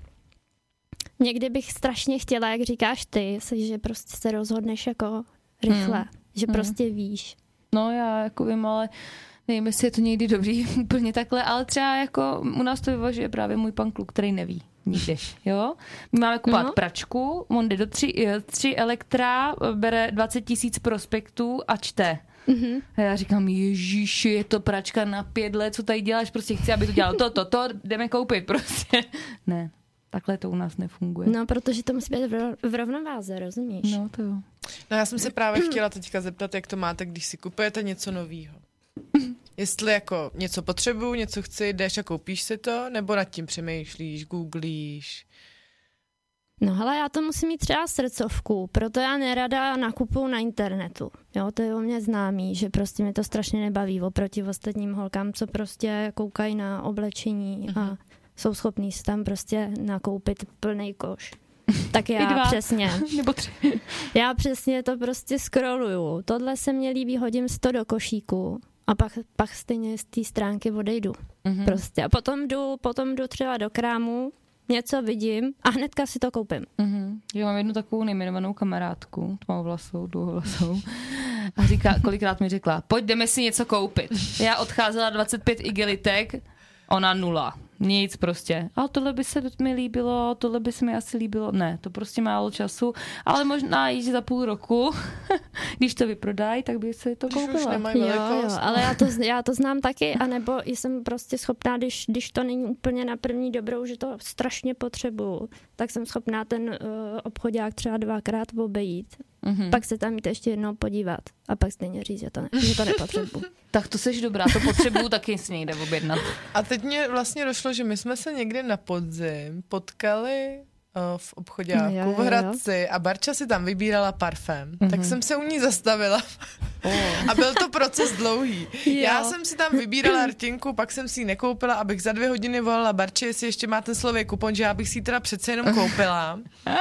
Speaker 4: někdy bych strašně chtěla, jak říkáš ty, že prostě se rozhodneš jako rychle, hmm. že prostě hmm. víš.
Speaker 3: No, já jako vím, ale nevím, jestli je to někdy dobrý úplně takhle, ale třeba jako u nás to vyvažuje právě můj pan kluk, který neví. Nikdy, jo? My máme kupovat uh-huh. pračku, on jde do tři, tři elektra, bere dvacet tisíc prospektů a čte. Uh-huh. A já říkám, ježiši, je to pračka na pět let, co tady děláš, prostě chci, aby to dělalo to, to, to, jdeme koupit, prostě. Ne, takhle to u nás nefunguje.
Speaker 4: No, protože to musí být v rovnováze, rozumíš?
Speaker 3: No, to jo.
Speaker 2: No, já jsem se právě chtěla teďka zeptat, jak to máte, když si kupujete něco novýho. Jestli jako něco potřebuju, něco chci, jdeš a koupíš si to, nebo nad tím přemýšlíš, googlíš?
Speaker 4: No hele, já to musím mít třeba srdcovku, proto já nerada nakupuju na internetu. Jo, to je o mě známý, že prostě mě to strašně nebaví oproti ostatním holkám, co prostě koukají na oblečení uh-huh. a jsou schopní si tam prostě nakoupit plný koš. Tak já přesně.
Speaker 3: Nebo tři.
Speaker 4: Já přesně to prostě scrolluju. Tohle se mně líbí, hodím si to do košíku. A pak, pak stejně z té stránky odejdu. Mm-hmm. Prostě. A potom jdu, potom jdu třeba do krámu, něco vidím a hnedka si to koupím.
Speaker 3: Mm-hmm. Já mám jednu takovou nejmenovanou kamarádku, tmavovlasou, dlouhovlasou. A říká, kolikrát mi řekla, pojď, jdeme si něco koupit. Já odcházela dvacet pět igelitek, ona nula. Nic prostě. A tohle by se mi líbilo, tohle by se mi asi líbilo. Ne, to prostě málo času, ale možná jít za půl roku, když to vyprodají, tak by se to koupila.
Speaker 4: Jo, jo, ale já to, já to znám taky, anebo jsem prostě schopná, když, když to není úplně na první dobrou, že to strašně potřebuju, tak jsem schopná ten uh, obchodák třeba dvakrát obejít. Mm-hmm. Pak se tam jít ještě jednou podívat a pak stejně říct, že to, ne, že to nepotřebuju.
Speaker 3: Tak to seš dobrá, to potřebuju taky si někde objednat.
Speaker 2: A teď mě vlastně došlo, že my jsme se někdy na podzim potkali uh, v obchodáku
Speaker 4: no, jo,
Speaker 2: v Hradci a Barča si tam vybírala parfém. Mm-hmm. Tak jsem se u ní zastavila Oh. A byl to proces dlouhý. Jo. Já jsem si tam vybírala rtěnku, pak jsem si ji nekoupila, abych za dvě hodiny volala Barči, jestli ještě má ten slově kupon, že já bych si ji teda přece jenom koupila.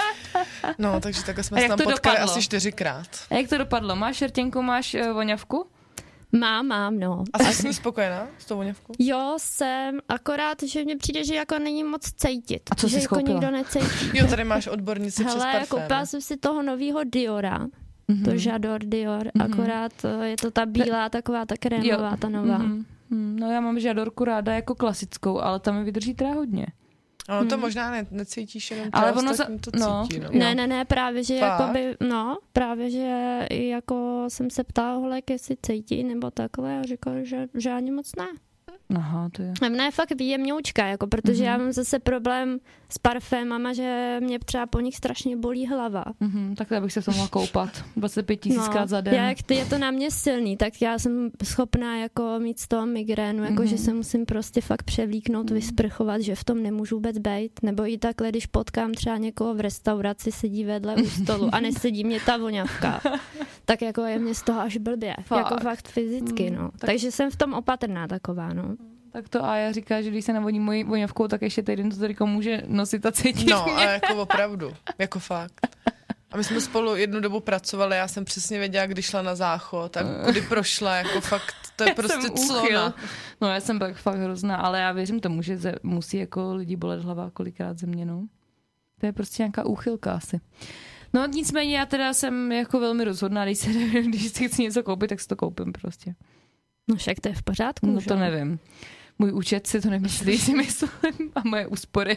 Speaker 2: No, takže takhle jsme se tam potkali dopadlo? Asi čtyřikrát.
Speaker 3: A jak to dopadlo? Máš rtěnku, máš uh, voňavku?
Speaker 4: Mám, mám, no.
Speaker 2: A jsi s ní spokojená s tou voňavkou?
Speaker 4: Jo, jsem, akorát, že mně přijde, že jako není moc cítit.
Speaker 3: A co
Speaker 4: že
Speaker 3: jsi
Speaker 4: jako
Speaker 3: koupila?
Speaker 4: nikdo necítí.
Speaker 2: Jo, tady máš odbornici přes parfém.
Speaker 4: Hele, koupila jsem si toho novýho Diora. Mm-hmm. To J'adore Dior, mm-hmm. akorát je to ta bílá, taková ta krémová, jo. ta nová.
Speaker 3: Mm-hmm. No já mám J'adorku ráda jako klasickou, ale tam mi vydrží teda hodně.
Speaker 2: Ono to hmm. možná ne, necítíš, jenom
Speaker 3: ale ono za...
Speaker 2: to
Speaker 3: no.
Speaker 2: cítí. No.
Speaker 4: Ne, ne, ne, právě, že jakoby, no, právě, že jako jsem se ptala holek, jestli cítí, nebo takhle, a říkal, že, že ani moc ne.
Speaker 3: Aha, to je.
Speaker 4: A mne je fakt výjemňoučka, jako, protože mm-hmm. já mám zase problém s parfémama, že mě třeba po nich strašně bolí hlava.
Speaker 3: Mm-hmm, tak já bych se v tom mohla koupat. dvacet pět tisíckrát no, za den.
Speaker 4: Já, jak ty, je to na mě silný, tak já jsem schopná jako mít z toho migrénu, jako, mm-hmm. že se musím prostě fakt převlíknout, mm-hmm. vysprchovat, že v tom nemůžu vůbec bejt. Nebo i takhle, když potkám třeba někoho v restauraci, sedí vedle u stolu a nesedí mě ta voňavka, tak jako je mě z toho až blbě. Fakt. Jako fakt fyzicky, no. Tak... Takže jsem v tom opatrná taková, no.
Speaker 3: Tak to a já říká, že když se navoní mojí voňavkou, tak ještě týden to tady může nosit a cítit.
Speaker 2: No, ale jako opravdu, jako fakt. A my jsme spolu jednu dobu pracovali, já jsem přesně věděla, kdy šla na záchod a kudy prošla, jako fakt, to je já prostě clona.
Speaker 3: No já jsem pak fakt hrozná, ale já věřím tomu, že ze, musí jako lidi bolet hlava kolikrát ze mě, no. To je prostě nějaká úchylka asi. No nicméně já teda jsem jako velmi rozhodná, když, se, když si chci něco koupit, tak si to koupím prostě.
Speaker 4: No však to je v pořádku.
Speaker 3: No
Speaker 4: že?
Speaker 3: to nevím. Můj účet si to nemyslí, si myslím, a moje úspory.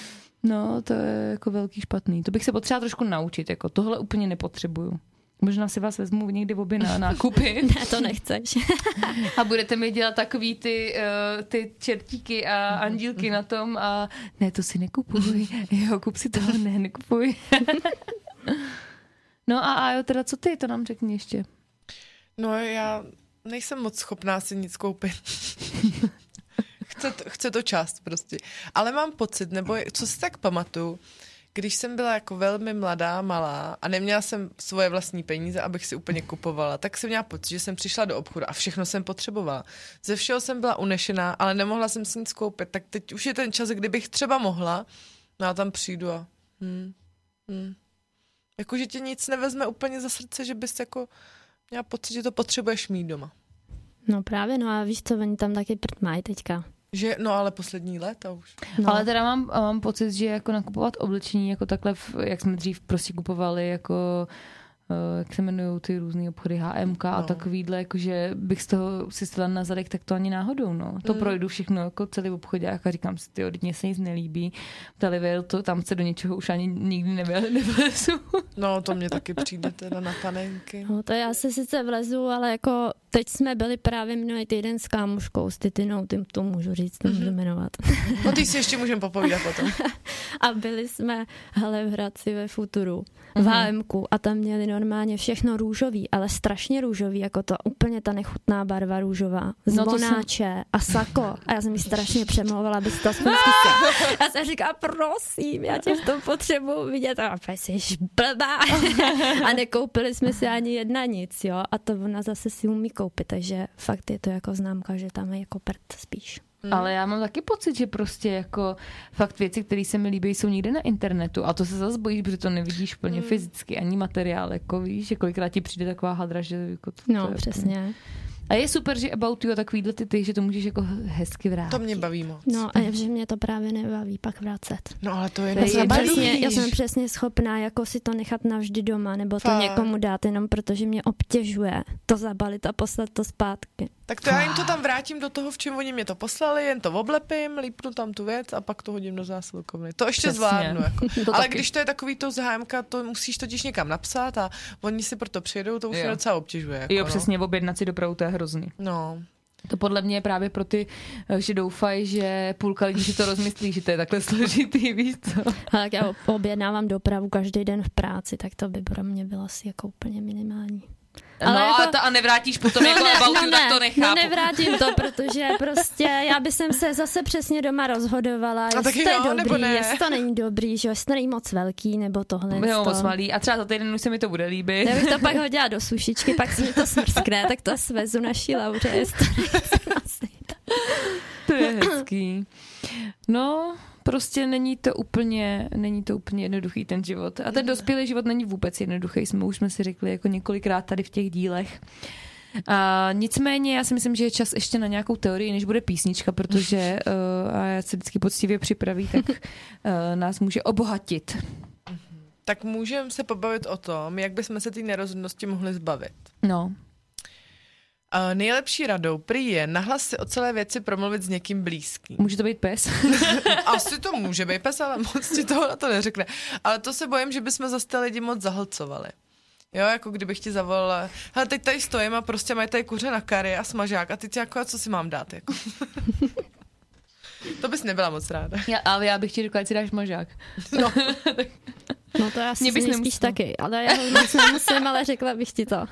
Speaker 3: No, to je jako velký špatný. To bych se potřeba trošku naučit, jako tohle úplně nepotřebuju. Možná si vás vezmu někdy v obě na nákupy.
Speaker 4: Ne, to nechceš.
Speaker 3: A budete mi dělat takový ty, uh, ty čertíky a andílky na tom a ne, to si nekupuj. Jo, kup si toho, ne, nekupuj. No a, a jo, teda co ty, to nám řekni ještě.
Speaker 2: No já nejsem moc schopná si nic koupit. Chce to, chce to čas prostě. Ale mám pocit, nebo co si tak pamatuju, když jsem byla jako velmi mladá, malá a neměla jsem svoje vlastní peníze, abych si úplně kupovala, tak jsem měla pocit, že jsem přišla do obchodu a všechno jsem potřebovala. Ze všeho jsem byla unešená, ale nemohla jsem si nic koupit. Tak teď už je ten čas, kdybych třeba mohla, no a tam přijdu a hmm, hmm. Jako, že tě nic nevezme úplně za srdce, že bys jako měla pocit, že to potřebuješ mít doma.
Speaker 4: No právě, no a víš co, oni tam taky prd mají teďka.
Speaker 2: Že, no ale poslední léta už.
Speaker 3: No. Ale teda mám, mám pocit, že jako nakupovat oblečení, jako takhle, jak jsme dřív prostě kupovali, jako jak se jmenují ty různý obchody H M K no. a takovýhle, jakože bych z toho si stala na zadek, tak to ani náhodou, no. To mm. projdu všechno, jako celý obchodák a říkám si, ty mně se nic nelíbí. Talivěl, to tam se do něčeho už ani nikdy nevlezu.
Speaker 2: No, to mě taky přijde teda na panenky.
Speaker 4: No, to já se sice vlezu, ale jako teď jsme byli právě minulý týden s kámoškou, s Titinou, tím to můžu říct, to můžu jmenovat.
Speaker 2: No ty si ještě můžeme popovídat potom.
Speaker 4: A byli jsme, hele, v Hradci ve Futuru, v H M Ku a tam měli normálně všechno růžový, ale strašně růžový, jako to úplně ta nechutná barva růžová. Zvonáče no jsem... a sako. A já jsem ji strašně přemlouvala, aby si to aspoň zkusila. Já jsem říkala, prosím, já tě v tom potřebuji vidět. A jsi blbá. A nekoupili jsme si ani jedna nic, jo. A to ona zase si umí koupit, takže fakt je to jako známka, že tam je jako prd spíš.
Speaker 3: Hmm. Ale já mám taky pocit, že prostě jako fakt věci, které se mi líbí, jsou někde na internetu a to se zase bojíš, protože to nevidíš plně hmm. fyzicky, ani materiál, jako víš, že kolikrát ti přijde taková hadra, že jako to,
Speaker 4: no,
Speaker 3: to
Speaker 4: přesně.
Speaker 3: Je, a je super, že About You a takovýhle ty, ty, že to můžeš jako hezky vrátit.
Speaker 2: To mě baví moc.
Speaker 4: No a že mě to právě nebaví pak vracet.
Speaker 2: No ale to je,
Speaker 4: já, jsem přesně, já jsem přesně schopná jako si to nechat navždy doma, nebo to Fakt. někomu dát jenom protože mě obtěžuje to zabalit a poslat to zpátky.
Speaker 2: Tak to já jim to tam vrátím do toho, v čem oni mě to poslali, jen to oblepím, lípnu tam tu věc a pak to hodím do zásilkovny. To ještě Přesně. zvládnu. Jako. To Ale taky. Když to je takový to z H M K, to musíš totiž někam napsat a oni si proto přijedou, to už mě docela obtěžuje. Jako,
Speaker 3: jo,
Speaker 2: no.
Speaker 3: přesně, objednat si dopravu, to je hrozný.
Speaker 2: No.
Speaker 3: To podle mě je právě pro ty, že doufají, že půlka lidí si to rozmyslí, že to je takhle složitý, víš co?
Speaker 4: Ale jak já objednávám dopravu každý den v práci, tak to by pro mě bylo asi jako úplně minimální.
Speaker 3: Ale no jako... a, to, a nevrátíš potom no jako ne, about, no tak to nechápu.
Speaker 4: No nevrátím to, protože prostě já bych se zase přesně doma rozhodovala, jestli to je jo, dobrý, jestli to není dobrý, že jestli to není moc velký, nebo tohle.
Speaker 3: Jo, moc malý. A třeba za týden už se mi to bude líbit.
Speaker 4: Já bych to pak hodila do sušičky, pak se mi to smrskne, tak to svezu naší Lauře, jestli to nechce.
Speaker 3: To je hezký. No... Prostě není to úplně, není to úplně jednoduchý ten život. A ten dospělý život není vůbec jednoduchý, jsme už jsme si řekli jako několikrát tady v těch dílech. A nicméně já si myslím, že je čas ještě na nějakou teorii, než bude písnička, protože uh, a já se vždycky poctivě připraví, tak uh, nás může obohatit.
Speaker 2: Tak můžeme se pobavit o tom, jak bychom se té nerozhodnosti mohli zbavit.
Speaker 3: No.
Speaker 2: Uh, nejlepší radou prý je nahlas si o celé věci promluvit s někým blízkým.
Speaker 3: Může to být pes?
Speaker 2: Asi to může být pes, ale moc ti toho na to neřekne. Ale to se bojím, že bychom zase ty lidi moc zahlcovali. Jo, jako kdybych ti zavolala, hele, teď tady stojím a prostě mají tady kuře na kary a smažák a teď jako, co si mám dát, jako. To bys nebyla moc ráda.
Speaker 3: Já, ale já bych ti řekla, ať si dáš smažák.
Speaker 2: No.
Speaker 4: No to já si spíš taky, ale já ho moc nemusím, ale řekla bych ti to.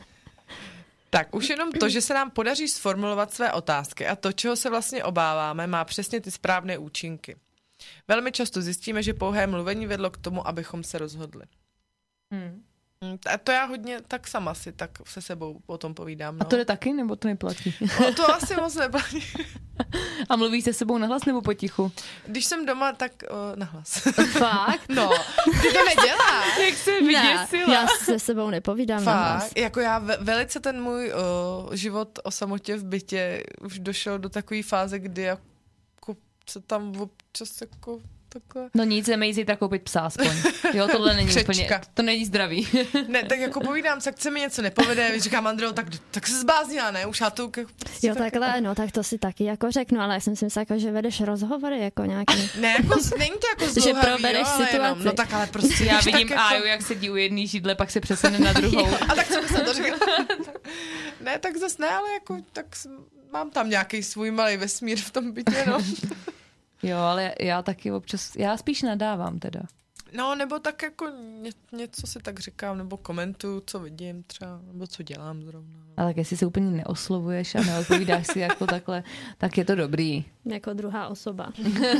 Speaker 2: Tak už jenom to, že se nám podaří sformulovat své otázky a to, čeho se vlastně obáváme, má přesně ty správné účinky. Velmi často zjistíme, že pouhé mluvení vedlo k tomu, abychom se rozhodli. Hmm. A to já hodně tak sama si tak se sebou o tom povídám. No.
Speaker 3: A to jde taky, nebo to neplatí?
Speaker 2: No, to asi moc neplatí.
Speaker 3: A mluvíš se sebou nahlas nebo potichu?
Speaker 2: Když jsem doma, tak uh, nahlas.
Speaker 4: Fakt?
Speaker 2: No, ty to neděláš.
Speaker 3: Jak se vyděsila.
Speaker 4: Já se sebou nepovídám nahlas.
Speaker 2: Fakt? Jako já ve, velice ten můj uh, život o samotě v bytě už došel do takové fáze, kdy jako se tam občas jako... Takhle.
Speaker 3: No nic, jdeme jít zítra koupit psa aspoň. Jo, tohle není
Speaker 2: Křečka.
Speaker 3: úplně, to není zdravý.
Speaker 2: Ne, tak jako povídám se, jak se mi něco nepovede, víš, říkám Andreu, tak, tak se zbláznila, ne, už já to... Prostě
Speaker 4: jo, takhle, no, tak to si taky jako řeknu, ale já jsem si myslela, jako, že vedeš rozhovory jako nějaký.
Speaker 2: Ne, jako, není to jako zdlouhavý,
Speaker 4: že probereš
Speaker 2: jo,
Speaker 4: situaci.
Speaker 2: Jenom, no tak ale prostě...
Speaker 3: Já vidím
Speaker 2: jako...
Speaker 3: Áju, jak sedí u jedné židle, pak se přesune na druhou.
Speaker 2: Jo, a tak co bych to řekla? Ne, tak zas ne, ale jako, tak mám tam nějaký svůj malý vesmír v tom bytě, no.
Speaker 3: Jo, ale já taky občas, já spíš nadávám teda.
Speaker 2: No, nebo tak jako ně, něco si tak říkám, nebo komentuju, co vidím třeba, nebo co dělám zrovna.
Speaker 3: Ale tak jestli se úplně neoslovuješ a neodpovídáš si jako takhle, tak je to dobrý.
Speaker 4: Jako druhá osoba.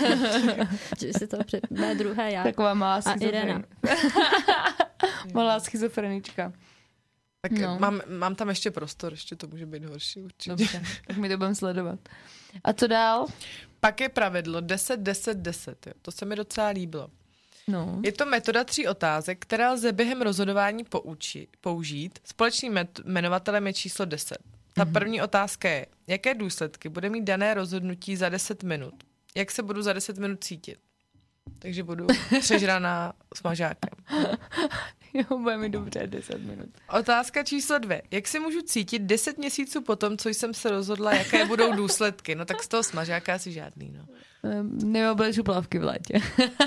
Speaker 4: Že si to před... Ne, druhé já.
Speaker 3: Taková malá
Speaker 4: schizofrenička.
Speaker 3: Malá schizofrenička.
Speaker 2: Tak no. mám, mám tam ještě prostor, ještě to může být horší určitě.
Speaker 3: Dobře, tak my to budeme sledovat. A co dál?
Speaker 2: Pak je pravidlo deset, deset, deset. Jo. To se mi docela líbilo.
Speaker 3: No.
Speaker 2: Je to metoda tří otázek, která lze během rozhodování pouči, použít. Společným met- jmenovatelem je číslo deset. Ta mm-hmm. první otázka je, jaké důsledky bude mít dané rozhodnutí za deset minut? Jak se budu za deset minut cítit? Takže budu přežraná smažákem.
Speaker 3: Jo, bude mi dobře deset minut.
Speaker 2: Otázka číslo dvě. Jak se můžu cítit deset měsíců potom, co jsem se rozhodla, jaké budou důsledky? No tak z toho smažáka asi žádný, no.
Speaker 3: Neobleču šuplavky v létě.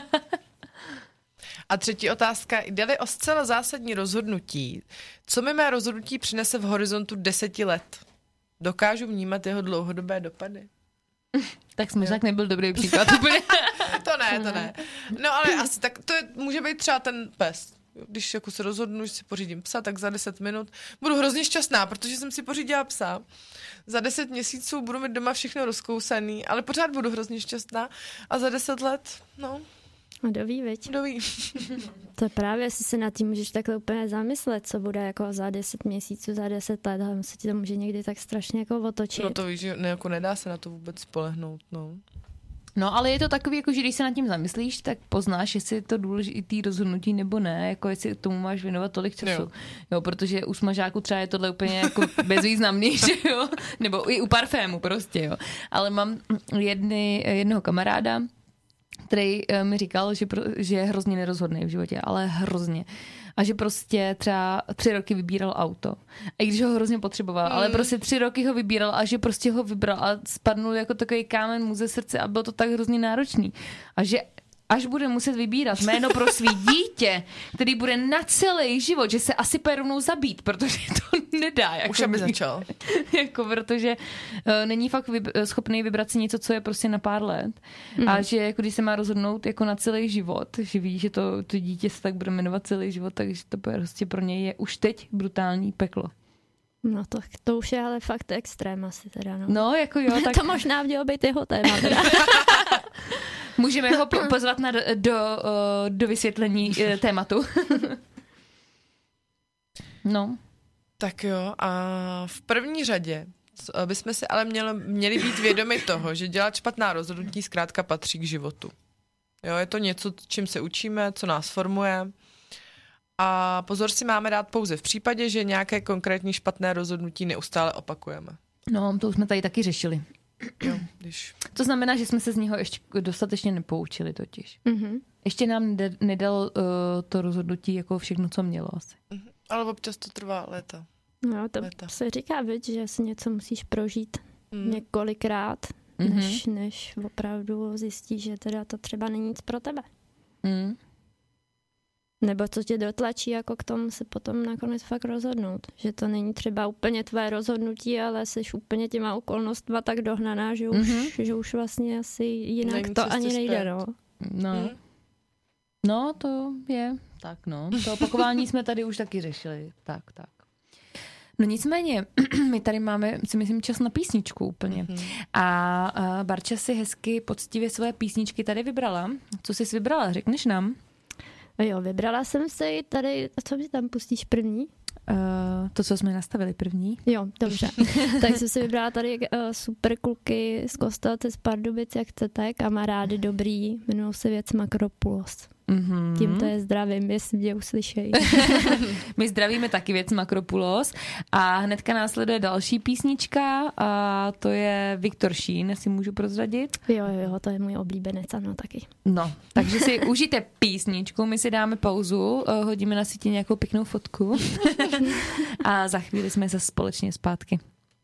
Speaker 2: A třetí otázka. Jde-li o zcela zásadní rozhodnutí, co mi mé rozhodnutí přinese v horizontu deseti let? Dokážu vnímat jeho dlouhodobé dopady?
Speaker 3: Tak smažák nebyl dobrý příklad.
Speaker 2: To ne, to ne. No ale asi tak, to je, může být třeba ten pes. Když jako se rozhodnu, že si pořídím psa, tak za deset minut budu hrozně šťastná, protože jsem si pořídila psa. Za deset měsíců budu mít doma všechno rozkousaný, ale pořád budu hrozně šťastná. A za deset let, no...
Speaker 4: A doví, viď?
Speaker 2: Doví.
Speaker 4: To právě, jestli se nad tím můžeš takhle úplně zamyslet, co bude jako za deset měsíců, za deset let, ale se ti to může někdy tak strašně jako otočit.
Speaker 2: No to víš, že ne, jako nedá se na to vůbec spolehnout, no.
Speaker 3: No, ale je to takový, jako, že když se nad tím zamyslíš, tak poznáš, jestli je to důležitý rozhodnutí nebo ne, jako jestli tomu máš věnovat tolik času. Jo, jo protože u smažáku třeba je tohle úplně jako bezvýznamný, že jo? Nebo i u parfému prostě, jo. Ale mám jedny, jednoho kamaráda, který uh, mi říkal, že, pro, že je hrozně nerozhodný v životě, ale hrozně. A že prostě třeba tři roky vybíral auto. A i když ho hrozně potřeboval, mm. ale prostě tři roky ho vybíral a že prostě ho vybral a spadnul jako takový kámen mu ze srdce a bylo to tak hrozně náročný. A že až bude muset vybírat jméno pro svý dítě, který bude na celý život, že se asi půjde rovnou zabít, protože to nedá. Jako
Speaker 2: Už aby začal.
Speaker 3: Jako protože uh, není fakt vyb- schopný vybrat si něco, co je prostě na pár let. Mm. A že jako když se má rozhodnout jako na celý život, že ví, že to, to dítě se tak bude jmenovat celý život, takže to prostě pro něj je už teď brutální peklo.
Speaker 4: No to, to už je ale fakt extrém asi teda, no.
Speaker 3: No, jako jo, tak...
Speaker 4: to možná mělo být jeho téma teda.
Speaker 3: Můžeme ho pozvat na do, do, do vysvětlení tématu. No.
Speaker 2: Tak jo, a v první řadě bychom si ale měli, měli být vědomi toho, že dělat špatná rozhodnutí zkrátka patří k životu. Jo, je to něco, čím se učíme, co nás formuje. A pozor si máme dát pouze v případě, že nějaké konkrétní špatné rozhodnutí neustále opakujeme.
Speaker 3: No, to už jsme tady taky řešili.
Speaker 2: Jo, když...
Speaker 3: To znamená, že jsme se z něho ještě dostatečně nepoučili totiž.
Speaker 4: Mm-hmm.
Speaker 3: Ještě nám nedal uh, to rozhodnutí jako všechno, co mělo asi.
Speaker 2: Mm-hmm. Ale občas to trvá léta.
Speaker 4: No, to léta. Se říká, viď, že si něco musíš prožít mm. několikrát,
Speaker 3: mm-hmm.
Speaker 4: než, než opravdu zjistíš, že teda to třeba není nic pro tebe.
Speaker 3: Mm.
Speaker 4: Nebo co tě dotlačí jako k tomu se potom nakonec fakt rozhodnout. Že to není třeba úplně tvé rozhodnutí, ale jsi úplně těma okolnostma tak dohnaná, že už, mm-hmm. že už vlastně asi jinak není to ani nejde. Zpět. No.
Speaker 3: No. Mm. no, to je tak no. To opakování jsme tady už taky řešili. Tak, tak. No nicméně, my tady máme, si myslím, čas na písničku úplně. Mm-hmm. A, a Barča si hezky poctivě své písničky tady vybrala. Co jsi vybrala? Řekneš nám?
Speaker 4: Jo, vybrala jsem si tady, a co mi tam pustíš první?
Speaker 3: Uh, to, co jsme nastavili první.
Speaker 4: Jo, dobře. Tak jsem si vybrala tady uh, super kluky z Kostelce z Pardubic, jak chcete, kamarády dobrý, jmenují se věc Makropulos. Mm-hmm. Tímto je zdravím, jestli mě uslyšejí.
Speaker 3: My zdravíme taky věc Makropulos a hnedka následuje další písnička a to je Viktor Šín, jestli můžu prozradit.
Speaker 4: Jo, jo, to je můj oblíbenec, ano, taky.
Speaker 3: No, takže si užijte písničku, my si dáme pauzu, hodíme na sítě nějakou pěknou fotku a za chvíli jsme zase společně zpátky.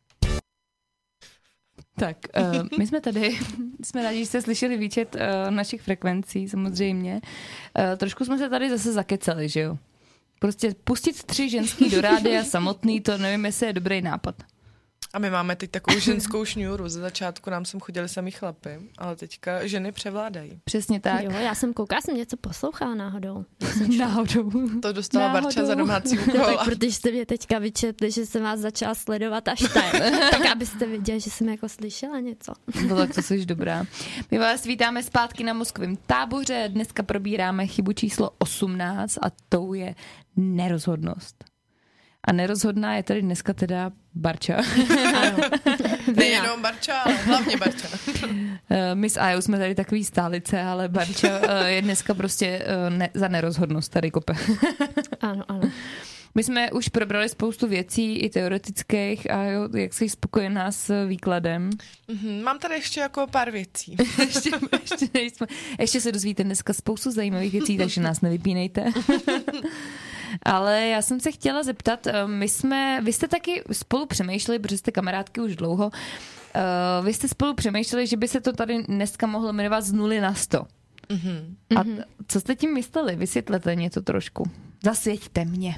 Speaker 3: Tak, uh, my jsme tady, jsme rádi, že jste slyšeli výčet uh, našich frekvencí, samozřejmě. Uh, trošku jsme se tady zase zakecali, že jo? Prostě pustit tři ženský do rádia samotný, to nevím, jestli je dobrý nápad.
Speaker 2: A my máme teď takovou ženskou šňůru. Ze začátku nám sem chodili sami chlapy, ale teďka ženy převládají.
Speaker 3: Přesně tak.
Speaker 4: Jo, já jsem koukala, jsem něco poslouchala náhodou.
Speaker 3: Náhodou.
Speaker 2: To dostala náhodou. Barča za domácí úkol.
Speaker 4: Tak protože jste mě teďka vyčetli, že jsem vás začala sledovat až tak. Tak abyste viděli, že jsem jako slyšela něco.
Speaker 3: No tak to jsi dobrá. My vás vítáme zpátky na Moskvím táboře. Dneska probíráme chybu číslo osmnáct a tou je nerozhodnost. A nerozhodná je tady dneska teda Barča.
Speaker 2: Ano. Nejenom Barča, ale hlavně Barča.
Speaker 3: My s Ajou jsme tady takový stálice, ale Barča je dneska prostě ne, za nerozhodnost tady kope.
Speaker 4: Ano, ano.
Speaker 3: My jsme už probrali spoustu věcí i teoretických a jo, jak jsi spokojená s výkladem?
Speaker 2: Mm-hmm, mám tady ještě jako pár věcí.
Speaker 3: ještě, ještě, nejsme, ještě se dozvíte dneska spoustu zajímavých věcí, takže nás nevypínejte. Ale já jsem se chtěla zeptat, my jsme, vy jste taky spolu přemýšleli, protože jste kamarádky už dlouho, uh, vy jste spolu přemýšleli, že by se to tady dneska mohlo jmenovat z nuly na sto. Mm-hmm. A t- co jste tím mysleli? Vysvětlete něco trošku. Zasvěťte mě.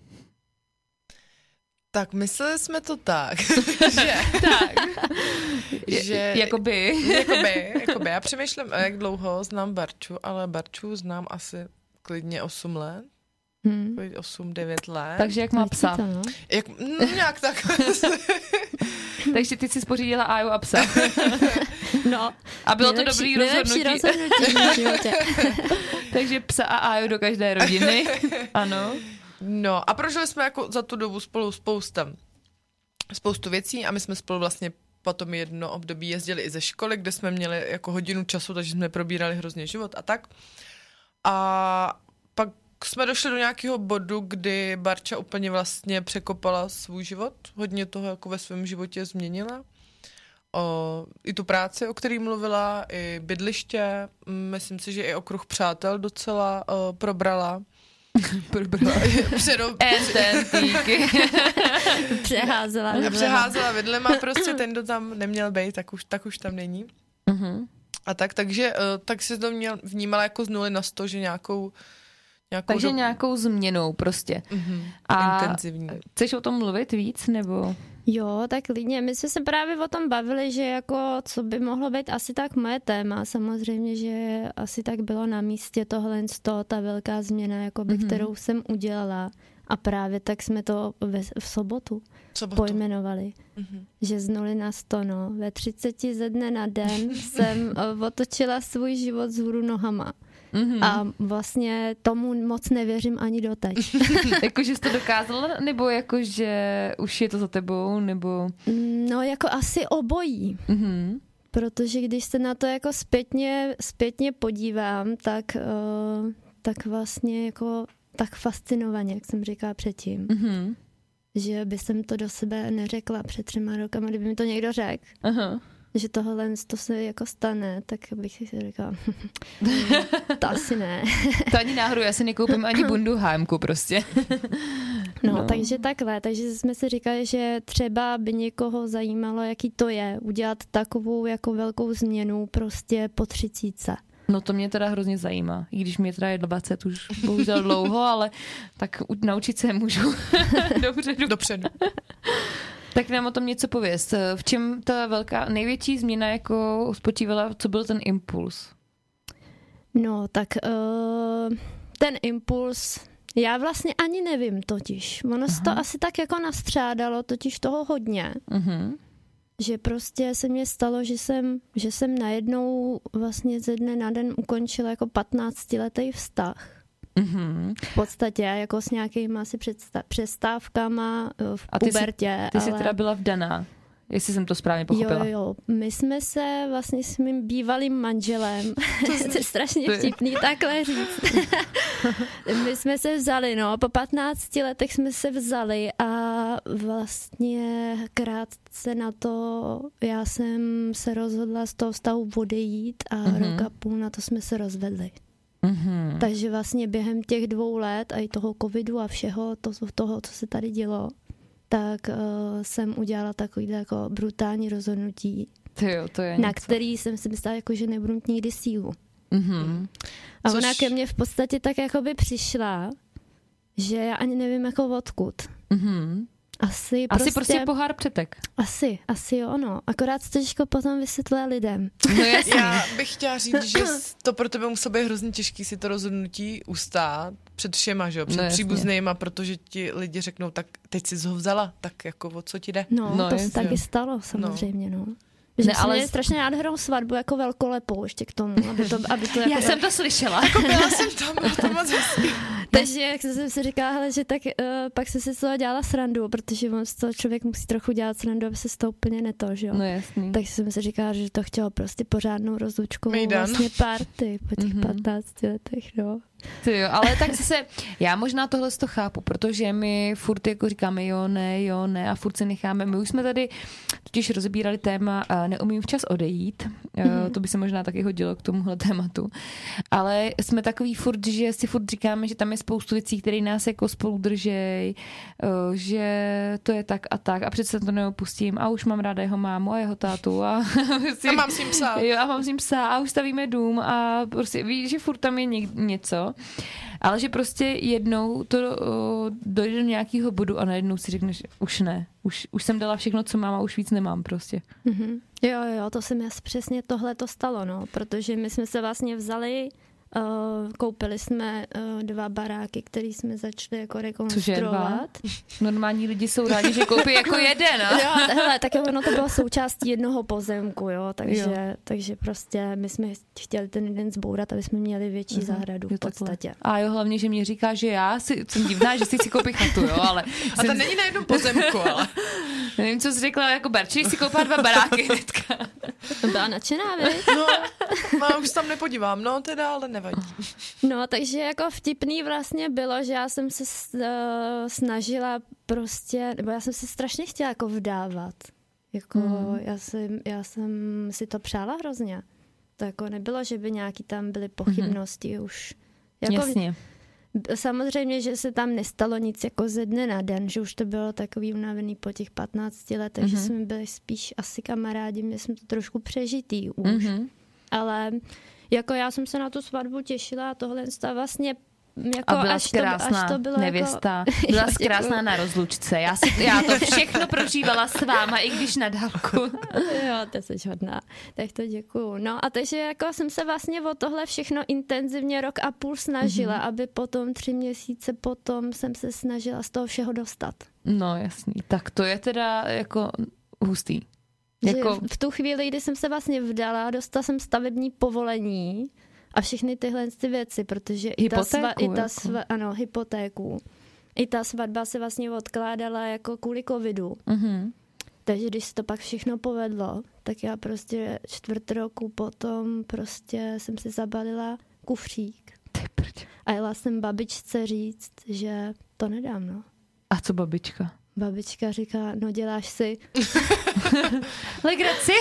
Speaker 2: Tak mysleli jsme to tak, že...
Speaker 3: tak.
Speaker 2: že
Speaker 3: jakoby.
Speaker 2: jakoby. Jakoby. Já přemýšlím, jak dlouho znám Barču, ale Barču znám asi klidně osm let. Hmm. osm devět let.
Speaker 3: Takže jak má psa.
Speaker 4: To, no?
Speaker 2: Jak, no, nějak tak.
Speaker 3: Takže ty jsi spořídila Aju a psa.
Speaker 4: No.
Speaker 3: A bylo to dobrý rozhodnutí.
Speaker 4: rozhodnutí
Speaker 3: Takže psa a Aju do každé rodiny. Ano.
Speaker 2: No a prožili jsme jako za tu dobu spolu spousta, spoustu věcí a my jsme spolu vlastně potom jedno období jezdili i ze školy, kde jsme měli jako hodinu času, takže jsme probírali hrozně život a tak. A pak jsme došli do nějakého bodu, kdy Barča úplně vlastně překopala svůj život. Hodně toho jako ve svém životě změnila. O, i tu práci, o který mluvila, i bydliště. Myslím si, že i okruh přátel docela o, probrala. probrala. Přero...
Speaker 4: Přeházela
Speaker 2: vidlema. Přeházela vidlema, prostě ten, kdo tam neměl být, tak už, tak už tam není. Uh-huh. A tak, takže tak jsi to měl, vnímala jako z nuly na sto, že nějakou... nějakou
Speaker 3: takže
Speaker 2: do...
Speaker 3: nějakou změnou prostě.
Speaker 2: Mm-hmm.
Speaker 3: A
Speaker 2: intenzivní.
Speaker 3: Chceš o tom mluvit víc, nebo...
Speaker 4: Jo, tak klidně. My jsme se právě o tom bavili, že jako co by mohlo být asi tak moje téma. Samozřejmě, že asi tak bylo na místě tohle, ta velká změna, jakoby, mm-hmm. kterou jsem udělala. A právě tak jsme to ve, v sobotu, sobotu pojmenovali. Mm-hmm. Že z nuly na sto, no. Ve třiceti ze dne na den jsem otočila svůj život vzhůru nohama. Mm-hmm. A vlastně tomu moc nevěřím ani doteď.
Speaker 3: Jakože jsi to dokázala, nebo jakože už je to za tebou, nebo...
Speaker 4: No jako asi obojí. Mm-hmm. Protože když se na to jako zpětně, zpětně podívám, tak, uh, tak vlastně jako tak fascinovaně, jak jsem říkala předtím. Mm-hmm. Že by jsem to do sebe neřekla před třema rokama, kdyby mi to někdo řekl. Aha. Že tohle to se jako stane, tak bych si říkala, to asi ne.
Speaker 3: To ani náhodou, já si nekoupím ani bundu hájemku prostě.
Speaker 4: No, no, takže takhle, takže jsme si říkali, že třeba by někoho zajímalo, jaký to je, udělat takovou jako velkou změnu prostě po třicítce.
Speaker 3: No to mě teda hrozně zajímá, i když mě teda je dvacet už bohužel dlouho, ale tak naučit se můžu dopředu.
Speaker 2: Dopředu.
Speaker 3: Tak nám o tom něco pověst. V čem ta velká, největší změna jako spočívala, co byl ten impuls?
Speaker 4: No, tak uh, ten impuls, já vlastně ani nevím totiž. Ono se to asi tak jako nastřádalo, totiž toho hodně. Uh-huh. Že prostě se mně stalo, že jsem, že jsem najednou vlastně ze dne na den ukončila jako patnáctiletý vztah. Mm-hmm. V podstatě jako s nějakýma asi přestávkama v
Speaker 3: a ty
Speaker 4: pubertě.
Speaker 3: Jsi, ty jsi
Speaker 4: ale...
Speaker 3: teda byla vdaná, jestli jsem to správně pochopila.
Speaker 4: Jo, jo, my jsme se vlastně s mým bývalým manželem, to je strašně vtipný takhle říct, my jsme se vzali, no, po patnácti letech jsme se vzali a vlastně krátce na to já jsem se rozhodla z toho vztahu odejít a mm-hmm. rok a půl na to jsme se rozvedli. Mm-hmm. Takže vlastně během těch dvou let a i toho covidu a všeho to, toho, co se tady dělo, tak uh, jsem udělala takový jako brutální rozhodnutí,
Speaker 3: Tyjo, to je
Speaker 4: na
Speaker 3: něco.
Speaker 4: Který jsem si myslela, jako, že nebudu mít nikdy sílu. Mm-hmm. A Což... ona ke mně v podstatě tak jakoby přišla, že já ani nevím jako odkud. Mm-hmm. Asi,
Speaker 3: asi
Speaker 4: prostě,
Speaker 3: prostě pohár přetek.
Speaker 4: Asi, asi jo, no. Akorát to těžko potom vysvětluje lidem.
Speaker 2: No jasně. Já bych chtěla říct, že to pro tebe muselo být hrozně těžký si to rozhodnutí ustát před všema, že jo, před no, příbuznýma, protože ti lidi řeknou, tak teď jsi ho vzala, tak jako o co ti jde?
Speaker 4: No, no to se taky stalo samozřejmě, no. no. Že ne, ale měli strašně nádhernou svatbu, jako velkolepou ještě k tomu, aby to, aby to jako...
Speaker 3: Já jsem to slyšela.
Speaker 2: Jako byla jsem tam, bylo to moc hezký.
Speaker 4: Takže jak jsem si říkala, hele, že tak uh, pak jsem si z toho dělala srandu, protože on z toho člověk musí trochu dělat srandu, aby se z toho úplně neto, že jo.
Speaker 3: No jasný.
Speaker 4: Takže jsem si říkala, že to chtělo prostě pořádnou rozlučku, vlastně party po těch mm-hmm. patnácti letech, no.
Speaker 3: Ty jo, ale tak zase, já možná tohle to chápu, protože my furt jako říkáme jo, ne, jo, ne a furt se necháme. My už jsme tady totiž rozebírali téma neumím včas odejít, mm-hmm. to by se možná taky hodilo k tomuhle tématu, ale jsme takový furt, že si furt říkáme, že tam je spoustu věcí, které nás jako spolu držej, že to je tak a tak a přece to neopustím a už mám ráda jeho mámu a jeho tátu a,
Speaker 2: a mám s ním psa.
Speaker 3: Jo, a mám s ním psa a už stavíme dům a prostě víš, že furt tam je něco. Ale že prostě jednou to o, dojde do nějakého bodu a najednou si řekneš, už ne, už, už jsem dala všechno, co mám a už víc nemám prostě.
Speaker 4: Mm-hmm. Jo, jo, to se mi přesně tohle to stalo, no, protože my jsme se vlastně vzali, uh, koupili jsme uh, dva baráky, které jsme začali jako rekonstruovat.
Speaker 3: Normální lidi jsou rádi, že koupí jako jeden, a?
Speaker 4: Jo, hele, tak ono to bylo součástí jednoho pozemku, jo, takže, jo. takže prostě my jsme chtěli ten jeden zbourat, aby jsme měli větší uh-huh. zahradu v podstatě.
Speaker 3: A jo, hlavně, že mě říká, že já si, jsem divná, že si chci koupit chatu, jo, ale...
Speaker 2: A to není na jednom pozemku, ale...
Speaker 3: Nevím, co jsi řekla, jako Barči si koupá dva baráky hnedka.
Speaker 4: Byla nadšená, viď?
Speaker 2: No, no, už tam nepodívám, no teda, ale nevadí.
Speaker 4: No, takže jako vtipný vlastně bylo, že já jsem se uh, snažila prostě, nebo já jsem se strašně chtěla jako vdávat. Jako mm. já, jsem, já jsem si to přála hrozně. To jako nebylo, že by nějaký tam byly pochybnosti mm. už. Jako,
Speaker 3: Jasně.
Speaker 4: Samozřejmě, že se tam nestalo nic jako ze dne na den, že už to bylo takový unavený po těch patnácti letech, mm-hmm. že jsme byli spíš asi kamarádi, měli jsme to trošku přežitý už. Mm-hmm. ale jako já jsem se na tu svatbu těšila a tohle vlastně jako
Speaker 3: a byla
Speaker 4: až
Speaker 3: krásná
Speaker 4: to, až to bylo
Speaker 3: nevěsta.
Speaker 4: Jako...
Speaker 3: Byla
Speaker 4: jo,
Speaker 3: krásná na rozlučce. Já, si, já to všechno prožívala s váma, i když na dálku.
Speaker 4: Jo, to jsi hodná. Tak to děkuju. No a takže jako jsem se vlastně o tohle všechno intenzivně rok a půl snažila, mm-hmm. aby potom tři měsíce potom jsem se snažila z toho všeho dostat.
Speaker 3: No jasný. Tak to je teda jako hustý. Jako...
Speaker 4: V tu chvíli, kdy jsem se vlastně vdala, dostala jsem stavební povolení a všechny tyhle ty věci, protože i ta, sva, i ta
Speaker 3: jako.
Speaker 4: sva, ano, hypotéku. I ta svatba se vlastně odkládala jako kvůli covidu.
Speaker 3: Mm-hmm.
Speaker 4: Takže když se to pak všechno povedlo, tak já prostě čtvrt roku potom prostě jsem si zabalila kufřík. A jela jsem babičce říct, že to nedám, no.
Speaker 3: A co babička?
Speaker 4: Babička říká, no děláš si.
Speaker 3: Legraci?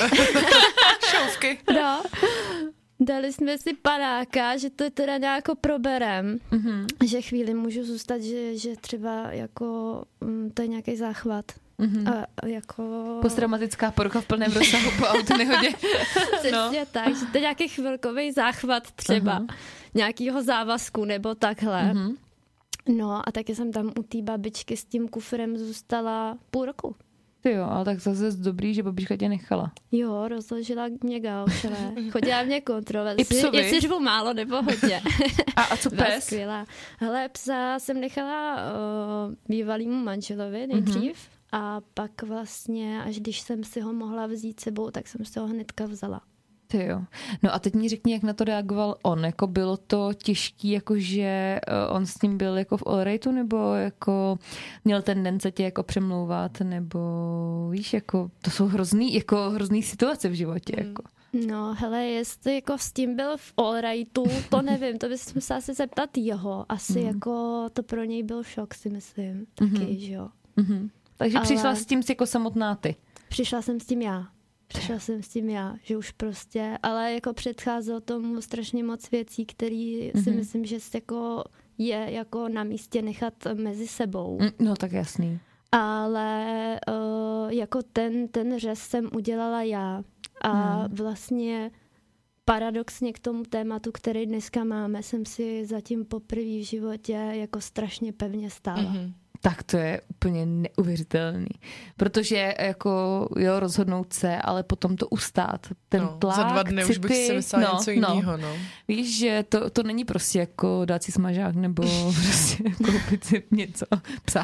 Speaker 2: Šouvky.
Speaker 4: No. Dali jsme si panáka, že to teda nějako proberem, mm-hmm. že chvíli můžu zůstat, že, že třeba jako um, to je nějaký záchvat. Mm-hmm. A jako...
Speaker 3: Posttraumatická porucha v plném rozsahu po autonehodě.
Speaker 4: Přesně no. Tak, že to je nějaký chvilkový záchvat třeba, uh-huh. nějakýho závazku nebo takhle. Uh-huh. No a taky jsem tam u té babičky s tím kufrem zůstala půl roku.
Speaker 3: Ty jo, ale tak zase dobrý, že babička tě nechala.
Speaker 4: Jo, rozložila mě gaučele. Chodila mě kontrolovat,
Speaker 3: jestli,
Speaker 4: jestli řvu málo nebo hodně.
Speaker 3: a, a co pes?
Speaker 4: Skvělá. Hele, psa jsem nechala uh, bývalýmu manželovi nejdřív. Uh-huh. A pak vlastně, až když jsem si ho mohla vzít sebou, tak jsem si ho hnedka vzala.
Speaker 3: Ty jo. No a teď mi řekni, jak na to reagoval on. Jako bylo to těžký, jakože on s ním byl jako v all-rightu, nebo jako měl tendence tě jako přemlouvat, nebo víš, jako to jsou hrozný, jako hrozný situace v životě. Mm. Jako.
Speaker 4: No hele, jestli jako s tím byl v all-rightu, to nevím, to bychom se asi zeptat jeho. Asi mm. jako to pro něj byl šok, si myslím. Taky, mm-hmm. že jo.
Speaker 3: Mm-hmm. Takže ale... přišla s tím jako samotná ty.
Speaker 4: Přišla jsem s tím já. Přišla jsem s tím já, že už prostě, ale jako předcházelo tomu strašně moc věcí, který mm-hmm. si myslím, že jako je jako na místě nechat mezi sebou.
Speaker 3: No tak jasný.
Speaker 4: Ale uh, jako ten, ten řez jsem udělala já. A mm. vlastně paradoxně k tomu tématu, který dneska máme, jsem si zatím poprvé v životě jako strašně pevně stála. Mm-hmm.
Speaker 3: Tak to je úplně neuvěřitelný. Protože jako jo, rozhodnout se, ale potom to ustát. Ten
Speaker 2: no,
Speaker 3: tlak,
Speaker 2: za dva dny
Speaker 3: city,
Speaker 2: už bych si myslela
Speaker 3: no,
Speaker 2: něco jiného. No.
Speaker 3: Víš, že to, to není prostě jako dát si smažák nebo prostě koupit si něco, psa.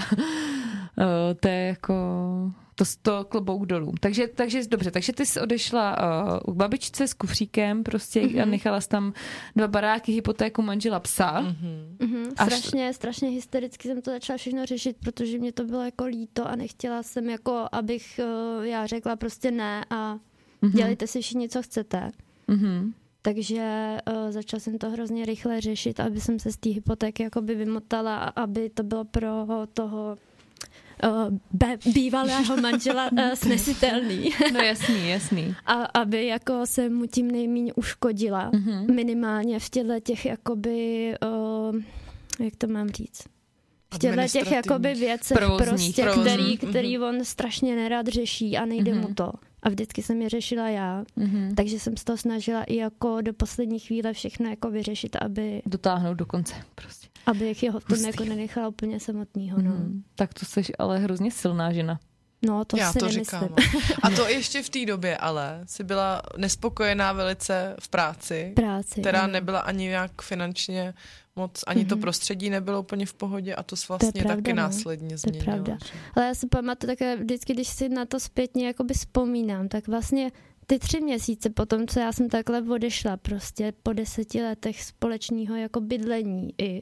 Speaker 3: Uh, to je jako... To, to klobouk dolů. Takže, takže dobře, takže ty jsi odešla uh, k babičce s kufříkem prostě mm-hmm. a nechala jsi tam dva baráky, hypotéku, manžela, psa.
Speaker 4: Mm-hmm. Mm-hmm. Strašně, Až... strašně hystericky jsem to začala všechno řešit, protože mě to bylo jako líto a nechtěla jsem jako, abych uh, já řekla prostě ne a mm-hmm. dělejte si všichni, co chcete. Mm-hmm. Takže uh, začala jsem to hrozně rychle řešit, aby jsem se z té hypotéky jakoby vymotala a aby to bylo pro toho Uh, be, bývalého manžela uh, snesitelný.
Speaker 3: No jasný, jasný.
Speaker 4: A aby jako se mu tím nejméně uškodila. Mm-hmm. Minimálně v těchto těch jakoby, uh, jak to mám říct? V těchto těch jakoby věcech
Speaker 3: provozních,
Speaker 4: prostě,
Speaker 3: provozní.
Speaker 4: který, který mm-hmm. on strašně nerad řeší a nejde mm-hmm. mu to. A vždycky jsem je řešila já. Mm-hmm. Takže jsem se to snažila i jako do poslední chvíle všechno jako vyřešit, aby...
Speaker 3: Dotáhnout do konce prostě.
Speaker 4: Abych jeho v tom jako nenechala úplně samotnýho. No.
Speaker 3: Mm, tak to jsi ale hrozně silná žena.
Speaker 4: No, to
Speaker 2: Já
Speaker 4: si
Speaker 2: to
Speaker 4: nemyslím.
Speaker 2: říkám. A to ještě v té době, ale jsi byla nespokojená velice v práci,
Speaker 4: práci
Speaker 2: která
Speaker 4: no.
Speaker 2: nebyla ani nějak finančně moc, ani mm-hmm. to prostředí nebylo úplně v pohodě a to jsi vlastně
Speaker 4: to pravda,
Speaker 2: taky
Speaker 4: no.
Speaker 2: následně změnila.
Speaker 4: To je pravda. Ale já si pamatuju také vždycky, když si na to zpětně jakoby vzpomínám, tak vlastně ty tři měsíce potom, co já jsem takhle odešla prostě po deseti letech společného jako bydlení i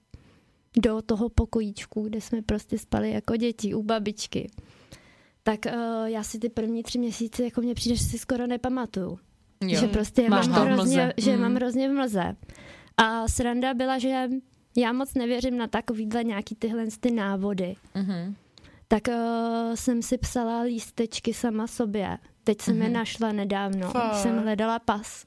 Speaker 4: do toho pokojíčku, kde jsme prostě spali jako děti u babičky, tak uh, já si ty první tři měsíce, jako mně přijde, že si skoro nepamatuju. Jo. Že prostě
Speaker 3: Máš
Speaker 4: mám
Speaker 3: to
Speaker 4: hrozně, že
Speaker 3: mm.
Speaker 4: mám hrozně v mlze. A sranda byla, že já moc nevěřím na takovýhle nějaký tyhle ty návody. Mm-hmm. Tak uh, jsem si psala lístečky sama sobě. Teď jsem mm-hmm. je našla nedávno. Fakt. Jsem hledala pas.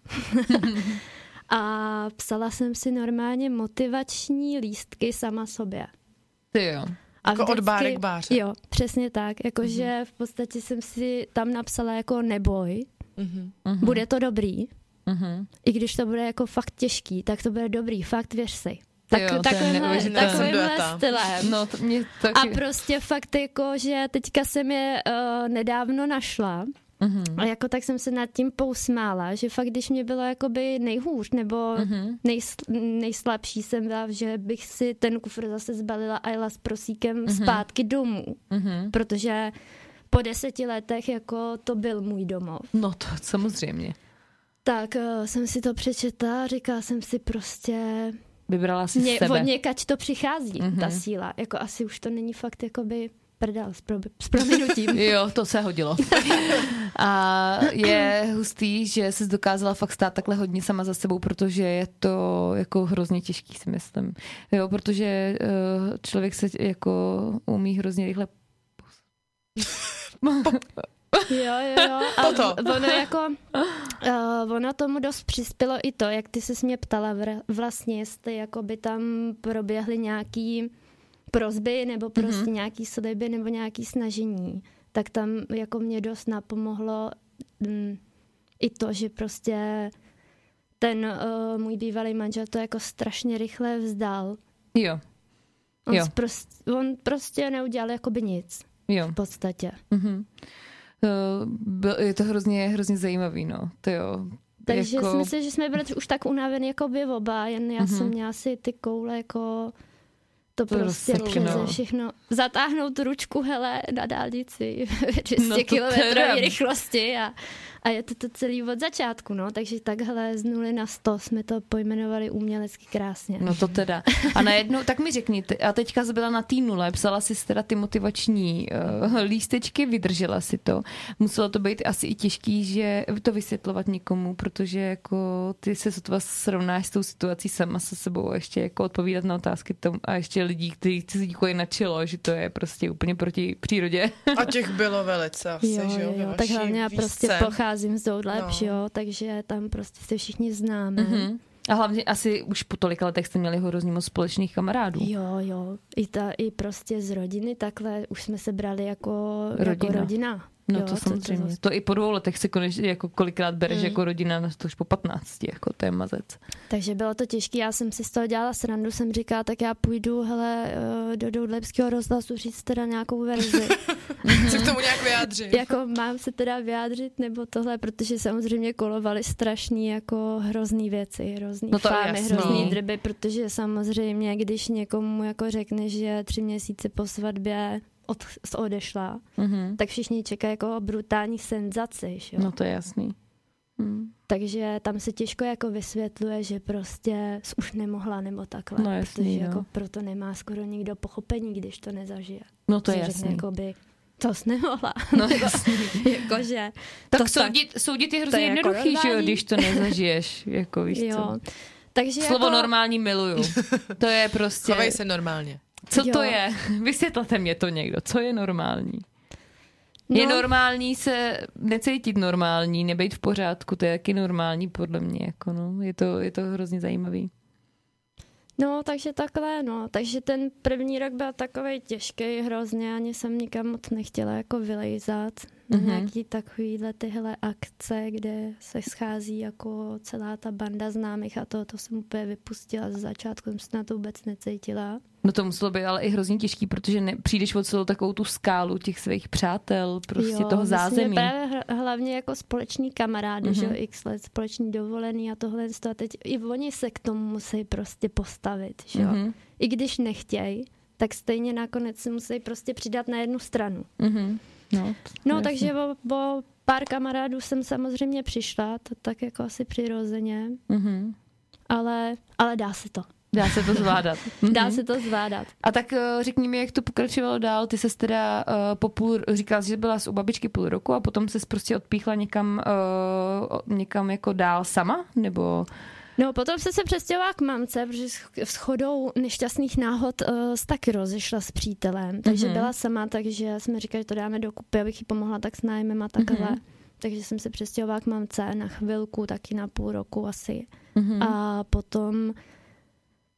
Speaker 4: A psala jsem si normálně motivační lístky sama sobě.
Speaker 3: Ty jo.
Speaker 2: A jako vždycky, od báry k báře.
Speaker 4: Jo, přesně tak. Jakože mm-hmm. v podstatě jsem si tam napsala jako neboj, mm-hmm. bude to dobrý,
Speaker 3: Uh-huh.
Speaker 4: I když to bude jako fakt těžký, tak to bude dobrý, fakt věř si. Tak,
Speaker 3: jo,
Speaker 4: takovýmhle, takovýmhle stylem.
Speaker 3: No, to mě taky...
Speaker 4: A prostě fakt jako, že teďka jsem je uh, nedávno našla uh-huh. a jako tak jsem se nad tím pousmála, že fakt když mě bylo jakoby nejhůř nebo uh-huh. nejsl, nejslabší jsem byla, že bych si ten kufr zase zbalila a jela s prosíkem uh-huh. zpátky domů. Uh-huh. Protože po deseti letech jako to byl můj domov.
Speaker 3: No to samozřejmě.
Speaker 4: Tak uh, jsem si to přečetla a říkala jsem si prostě...
Speaker 3: Vybrala si
Speaker 4: Ně,
Speaker 3: sebe.
Speaker 4: Od někač to přichází, mm-hmm. ta síla. Jako asi už to není fakt jakoby prdel s, pro, s prominutím.
Speaker 3: Jo, to se hodilo. A je hustý, že jsi dokázala fakt stát takhle hodně sama za sebou, protože je to jako hrozně těžký, si myslím. Jo, protože uh, člověk se jako umí hrozně rychle
Speaker 4: Jo, jo, jo. A ono jako, uh, ono tomu dost přispělo i to, jak ty ses mě ptala vlastně, jestli jako by tam proběhly nějaký prosby nebo prostě mm-hmm. nějaký sliby nebo nějaký snažení, tak tam jako mě dost napomohlo um, i to, že prostě ten uh, můj bývalý manžel to jako strašně rychle vzdal.
Speaker 3: Jo.
Speaker 4: On,
Speaker 3: jo.
Speaker 4: Prostě, on prostě neudělal jakoby nic.
Speaker 3: Jo.
Speaker 4: V podstatě.
Speaker 3: Mm-hmm. Je to hrozně, hrozně zajímavý, no. To jo.
Speaker 4: Takže
Speaker 3: jako...
Speaker 4: si myslím, že jsme byli už tak unavený jako by oba, jen já mm-hmm. jsem měla si ty koule jako to, to prostě přeze no. všechno. Zatáhnout ručku, hele, na dálnici dvě stě no kilometrové rychlosti a, a je to to celý od začátku, no. Takže takhle z nuly na sto jsme to pojmenovali umělecky krásně.
Speaker 3: No to teda. A najednou, tak mi řekni, a teďka jsi byla na té nule, psala si teda ty motivační uh, lístečky, vydržela si to. Muselo to být asi i těžký, že to vysvětlovat někomu, protože jako ty se sotva srovnáš s tou situací sama se sebou a ještě jako odpovídat na otázky tomu a ještě lidí, kteří si díky načilo, že to je prostě úplně proti přírodě.
Speaker 2: A těch bylo velice asi,
Speaker 4: jo,
Speaker 2: že jo?
Speaker 4: jo, tak hlavně já prostě pocházím z Doudleb, no. jo, takže tam prostě se všichni známe. Mm-hmm.
Speaker 3: A hlavně asi už po tolika letech jste měli hrozně moc společných kamarádů.
Speaker 4: Jo, jo. I, ta, i prostě z rodiny takhle už jsme se brali jako rodina. Jako rodina.
Speaker 3: No
Speaker 4: jo,
Speaker 3: to samozřejmě. To, to... to i po dvou letech se konečně jako kolikrát bereš mm. jako rodina, to už po patnácti, jako to je mazec.
Speaker 4: Takže bylo to těžké, já jsem si z toho dělala srandu, jsem říkala, tak já půjdu hele, do Doudlebského rozhlasu říct teda nějakou verzi.
Speaker 2: Se k tomu nějak vyjádřit.
Speaker 4: Jako mám se teda vyjádřit nebo tohle, protože samozřejmě kolovaly strašný jako hrozný věci, hrozný
Speaker 3: no
Speaker 4: fámy, hrozný drby, protože samozřejmě, když někomu jako řekneš, že tři měsíce po svatbě od, odešla, mm-hmm. tak všichni čekají jako brutální senzaci. Že?
Speaker 3: No to je jasný.
Speaker 4: Mm. Takže tam se těžko jako vysvětluje, že prostě už nemohla nebo takhle,
Speaker 3: no jasný,
Speaker 4: protože
Speaker 3: no.
Speaker 4: jako proto nemá skoro nikdo pochopení, když to nezažije.
Speaker 3: No to je jasný.
Speaker 4: Jakoby, to jsi nemohla.
Speaker 3: No jasný.
Speaker 4: Jakože,
Speaker 3: tak to soudit, tak, soudit je hrozně je jednoduchý, jako že jo, když to nezažiješ. Jako víš
Speaker 4: jo.
Speaker 3: co.
Speaker 4: Takže
Speaker 3: slovo
Speaker 4: jako...
Speaker 3: normální miluju. To je prostě...
Speaker 2: Chovej se normálně.
Speaker 3: Co
Speaker 4: jo.
Speaker 3: to je? Vysvětlete mě to někdo. Co je normální? No. Je normální se necítit normální, nebejt v pořádku, to je taky normální podle mě. Jako no. je, to, je to hrozně zajímavý.
Speaker 4: No, takže takhle, no. Takže ten první rok byl takovej těžký hrozně, ani jsem nikam moc nechtěla jako vylejzat. Mm-hmm. Nějaký takovýhle tyhle akce, kde se schází jako celá ta banda známých a to, to jsem úplně vypustila ze začátku, jsem se na to vůbec necítila.
Speaker 3: No to muselo být ale i hrozně těžký, protože ne, přijdeš o celou takovou tu skálu těch svých přátel, prostě
Speaker 4: jo,
Speaker 3: toho zázemí.
Speaker 4: Jo, právě hlavně jako společní kamarády, mm-hmm. že jo, x let, společní dovolený a tohle. A teď i oni se k tomu musí prostě postavit, že jo. Mm-hmm. I když nechtějí, tak stejně nakonec se musí prostě přidat na jednu stranu.
Speaker 3: Mm-hmm. No,
Speaker 4: no takže o, o pár kamarádů jsem samozřejmě přišla, to tak jako asi přirozeně, mm-hmm. ale, ale dá se to.
Speaker 3: Dá se to zvládat.
Speaker 4: Dá se to zvládat.
Speaker 3: A tak uh, řekni mi, jak to pokračovalo dál. Ty ses teda uh, po půl, říkala jsi, že byla u babičky půl roku a potom ses prostě odpíchla někam, uh, někam jako dál sama? Nebo...
Speaker 4: No potom jsem se přestěhovala k mamce, protože shodou nešťastných náhod uh, se taky rozešla s přítelem, takže mm-hmm. byla sama, takže jsme říkali, že to dáme dokupy, abych jí pomohla tak s nájmem a takhle. Mm-hmm. Takže jsem se přestěhovala k mamce na chvilku, taky na půl roku asi. Mm-hmm. A potom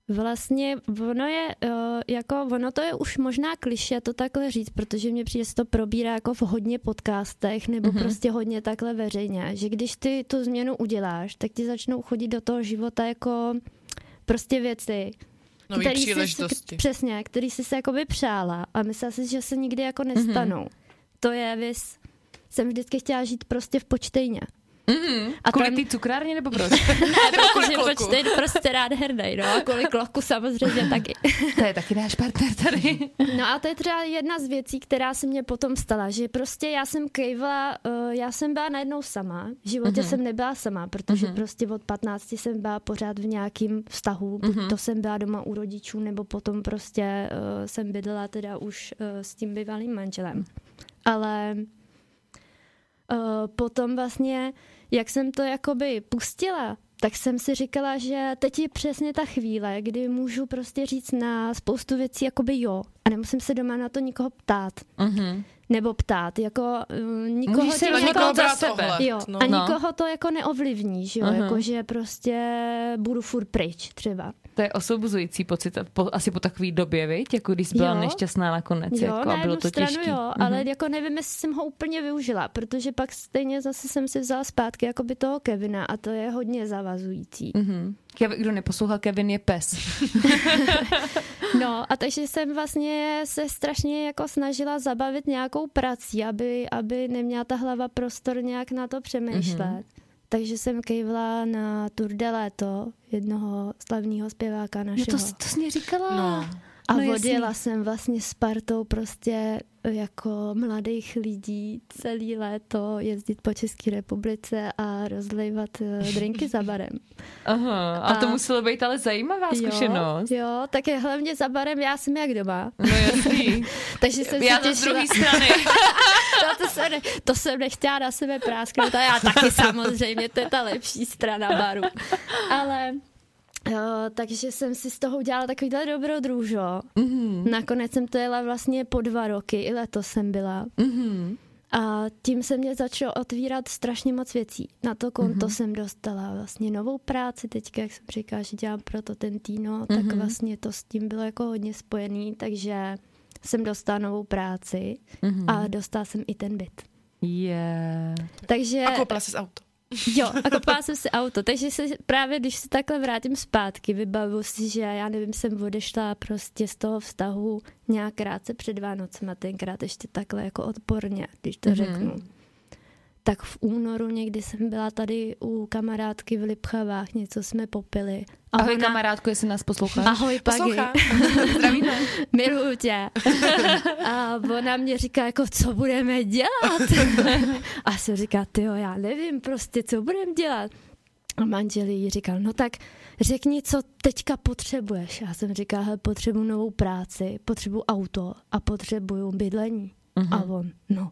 Speaker 4: Vlastně ono je, jako ono to je už možná klišé to takhle říct, protože mně přijde, se to probírá jako v hodně podcastech nebo mm-hmm. prostě hodně takhle veřejně, že když ty tu změnu uděláš, tak ti začnou chodit do toho života jako prostě věci,
Speaker 2: nový příležitosti.
Speaker 4: Si, přesně, který jsi se jakoby přála a myslela si, že se nikdy jako nestanou. Mm-hmm. To je, vys, jsem vždycky chtěla žít prostě v Počtejně.
Speaker 3: Mm-hmm. A kvůli tam... té cukrárně nebo proč?
Speaker 4: Ne, protože Počtejn prostě rád hernej, no a kvůli kloku samozřejmě taky.
Speaker 3: To je taky náš partner tady.
Speaker 4: No a to je třeba jedna z věcí, která se mě potom stala, že prostě já jsem kejvla, uh, já jsem byla najednou sama, v životě mm-hmm. jsem nebyla sama, protože mm-hmm. prostě od patnácti jsem byla pořád v nějakým vztahu, mm-hmm. to jsem byla doma u rodičů, nebo potom prostě uh, jsem bydlela teda už uh, s tím bývalým manželem. Ale uh, potom vlastně jak jsem to jakoby pustila, tak jsem si říkala, že teď je přesně ta chvíle, kdy můžu prostě říct na spoustu věcí jakoby jo a nemusím se doma na to nikoho ptát. Mm-hmm. Nebo ptát, jako uh, nikoho...
Speaker 3: Můžeš se
Speaker 4: jako,
Speaker 3: někoho za sebe.
Speaker 4: Jo,
Speaker 2: no.
Speaker 4: A nikoho to jako neovlivní, že jo, uh-huh. jako že prostě budu furt pryč třeba.
Speaker 3: To je osobuzující pocit, po, asi po takové době, viď? Jako když jsi byla jo. nešťastná nakonec.
Speaker 4: Jo,
Speaker 3: jako,
Speaker 4: na
Speaker 3: a bylo to
Speaker 4: stranu
Speaker 3: těžký.
Speaker 4: jo, ale mm-hmm. jako nevím, jestli jsem ho úplně využila, protože pak stejně zase jsem si vzala zpátky jako by toho Kevina a to je hodně zavazující.
Speaker 3: Mm-hmm. Kevin, kdo neposlouchal, Kevin je pes.
Speaker 4: No a takže jsem vlastně se strašně jako snažila zabavit nějakou prací, aby, aby neměla ta hlava prostor nějak na to přemýšlet. Mm-hmm. Takže jsem kejvla na Tour de Léto, jednoho slavného zpěváka našeho.
Speaker 3: No to, to jsi mě říkala. No.
Speaker 4: A
Speaker 3: no
Speaker 4: odjela jsem vlastně s partou prostě jako mladých lidí celý léto jezdit po České republice a rozlejvat drinky za barem.
Speaker 3: Aha, a, a to muselo být ale zajímavá zkušenost.
Speaker 4: Jo, jo, tak je hlavně za barem, já jsem jak doma.
Speaker 3: No jasný.
Speaker 4: Takže jsem
Speaker 3: já
Speaker 4: si těšila.
Speaker 3: Z druhé strany.
Speaker 4: no, to, jsem ne, to jsem nechtěla na sebe prásknout a já taky samozřejmě, to je ta lepší strana baru. Ale... Jo, takže jsem si z toho udělala takovýhle dobrodružo. Mm-hmm. Nakonec jsem to jela vlastně po dva roky, i letos jsem byla. Mm-hmm. A tím se mě začalo otvírat strašně moc věcí. Na to konto mm-hmm. jsem dostala vlastně novou práci, teďka, jak jsem říkala, že dělám proto ten Týno, mm-hmm. tak vlastně to s tím bylo jako hodně spojený, takže jsem dostala novou práci mm-hmm. a dostala jsem i ten byt.
Speaker 3: Yeah.
Speaker 4: Takže...
Speaker 2: A koupila jsi auto.
Speaker 4: Jo, a koupila jsem si auto, takže se právě, když se takhle vrátím zpátky, vybavuji si, že já nevím, jsem odešla prostě z toho vztahu nějak krátce před Vánocema, tenkrát ještě takhle jako odporně, když to mm-hmm. řeknu. Tak v únoru někdy jsem byla tady u kamarádky v Lipchavách, něco jsme popili.
Speaker 3: A ahoj ona... kamarádku, jestli nás posloucháš.
Speaker 4: Ahoj Pagi.
Speaker 3: Zdravíme.
Speaker 4: Miluju tě. A ona mě říká, jako, co budeme dělat? A jsem říká, tyjo, já nevím prostě, co budeme dělat. A manžel jí říkal, no tak řekni, co teďka potřebuješ. Já jsem říkala, hele, potřebuji novou práci, potřebuji auto a potřebuju bydlení. Uh-huh. A on, no.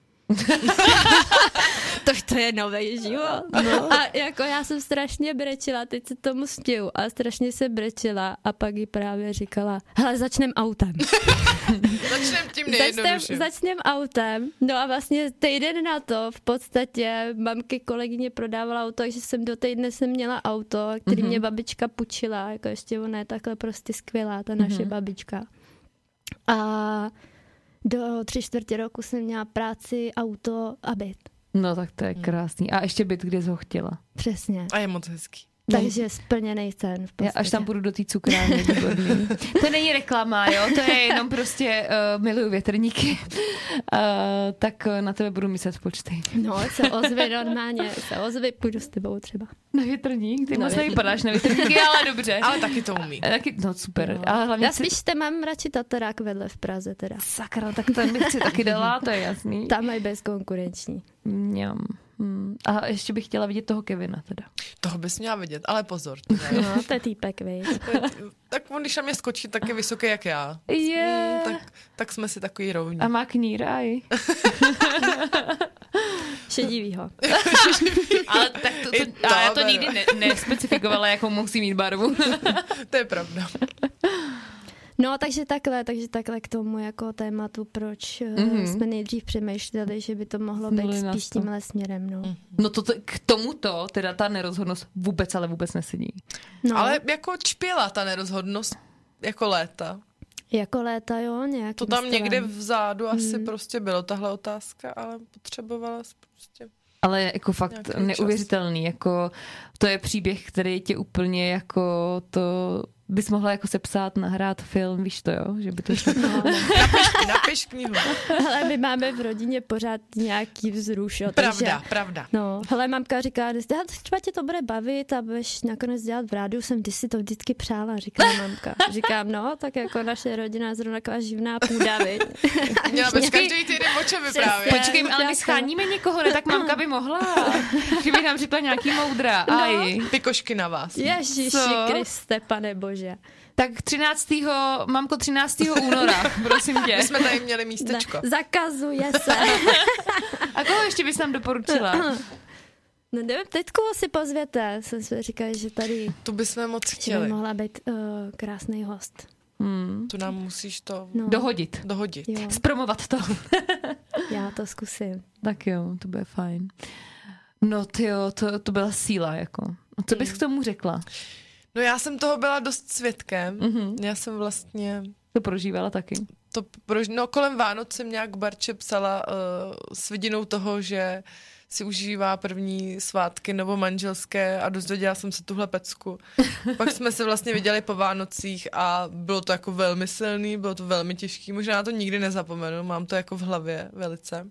Speaker 4: to, to je nový život. No. A jako já jsem strašně brečela, teď se tomu stěju a strašně se brečela a pak jí právě říkala, hele, začnem autem.
Speaker 2: Začnem tím nejjednodušším.
Speaker 4: Začnem autem, no a vlastně týden na to v podstatě mamky kolegyně prodávala auto, takže jsem do týdne jsem měla auto, který mm-hmm. mě babička půjčila, jako ještě ona je takhle prostě skvělá, ta naše mm-hmm. babička. A do tři čtvrtě roku jsem měla práci, auto a byt.
Speaker 3: No tak to je krásný. A ještě byt, kde jsi ho chtěla.
Speaker 4: Přesně.
Speaker 2: A je moc hezký.
Speaker 4: Takže splněnej sen v podstatě.
Speaker 3: Já až tam půjdu do té cukrárny. To není reklama, jo? To je jenom prostě uh, miluju větrníky. Uh, tak na tebe budu myslet v Počtejně.
Speaker 4: No, se ozvy normálně. Se ozvy, půjdu s tebou třeba.
Speaker 3: Na větrník? Ty no, moc nevypadáš na větrníky, ale dobře.
Speaker 2: Ale taky to umí.
Speaker 3: Taky, no super.
Speaker 2: No.
Speaker 3: Ale hlavně
Speaker 4: já slyšte, mám radši Tatarák vedle v Praze teda.
Speaker 3: Sakra, tak to bych si taky dala, to je jasný.
Speaker 4: Tam mají bezkonkurenční.
Speaker 3: Mňam. Hmm. A ještě bych chtěla vidět toho Kevina teda.
Speaker 2: Toho bys měla vidět, ale pozor.
Speaker 4: No, to je týpek, víš.
Speaker 2: Tak on, když na mě skočí, tak je vysoký jak já.
Speaker 3: Yeah.
Speaker 2: Hmm, tak, tak jsme si takový rovní.
Speaker 3: A má knír aj.
Speaker 4: Šedivýho.
Speaker 3: Ale tak to, to, to, já to nikdy ne, nespecifikovala, jakou musí mít barvu.
Speaker 2: To je pravda.
Speaker 4: No, takže takhle, takže takhle k tomu jako tématu, proč mm-hmm. jsme nejdřív přemýšleli, že by to mohlo být
Speaker 3: Nuli
Speaker 4: spíš tímhle směrem, no.
Speaker 3: No to t- k tomuto teda ta nerozhodnost vůbec, ale vůbec nesedí.
Speaker 4: no.
Speaker 2: Ale jako čpěla ta nerozhodnost jako léta.
Speaker 4: Jako léta, jo, nějakým
Speaker 2: To tam
Speaker 4: stylem.
Speaker 2: někde vzadu asi
Speaker 4: Hmm.
Speaker 2: prostě bylo tahle otázka, ale potřebovala jsi prostě...
Speaker 3: Ale jako fakt
Speaker 2: Nějaký
Speaker 3: neuvěřitelný, jako to je příběh, který tě úplně jako to bys mohla jako sepsat, nahrát film, víš to, jo? Že by to šlo.
Speaker 4: No,
Speaker 2: Napiš, napiš knihu.
Speaker 4: ale my máme v rodině pořád nějaký vzruš, jo,
Speaker 2: Pravda,
Speaker 4: takže...
Speaker 2: pravda.
Speaker 4: No, hele, mamka říká, třeba tě to bude bavit a budeš nakonec dělat v rádiu, jsem ty si to vždycky přála, říká mamka. Říkám, no, tak jako naše rodina je zrovna taková živná půda, viď?
Speaker 2: Měla bys každý týden o čem vyprávět.
Speaker 3: Počkej, ale my scháníme někoho, ne? Tak mamka by mohla. Že by nám řekla nějaký moudra.
Speaker 4: No.
Speaker 3: Aj.
Speaker 2: Ty na vás.
Speaker 4: Ježiši
Speaker 3: Co?
Speaker 4: Kriste, pane bože.
Speaker 3: Tak třináctého mamko, třináctého února, prosím tě.
Speaker 2: My jsme tady měli místečko.
Speaker 4: Ne, zakazuje se.
Speaker 3: A koho ještě bys nám doporučila?
Speaker 4: No nevím, teďku si pozvěte. Jsem si říkala, že tady
Speaker 2: Tu bychom moc
Speaker 4: že by
Speaker 2: chtěli.
Speaker 4: mohla být uh, krásný host.
Speaker 3: Hmm.
Speaker 2: Tu nám musíš to
Speaker 4: No,
Speaker 3: Dohodit.
Speaker 2: dohodit.
Speaker 4: jo,
Speaker 3: Zpromovat to.
Speaker 4: já to zkusím.
Speaker 3: Tak jo, to bude fajn. No tyjo, to, to byla síla, jako. A co bys k tomu řekla?
Speaker 2: No já jsem toho byla dost svědkem.
Speaker 3: Mhm.
Speaker 2: Já jsem vlastně...
Speaker 3: To prožívala taky.
Speaker 2: To prož... No kolem Vánoc jsem nějak Barče psala uh, s vidinou toho, že si užívá první svátky novomanželské a dozvěděla jsem se tuhle pecku. Pak jsme se vlastně viděli po Vánocích a bylo to jako velmi silný, bylo to velmi těžký, možná to nikdy nezapomenu, mám to jako v hlavě velice.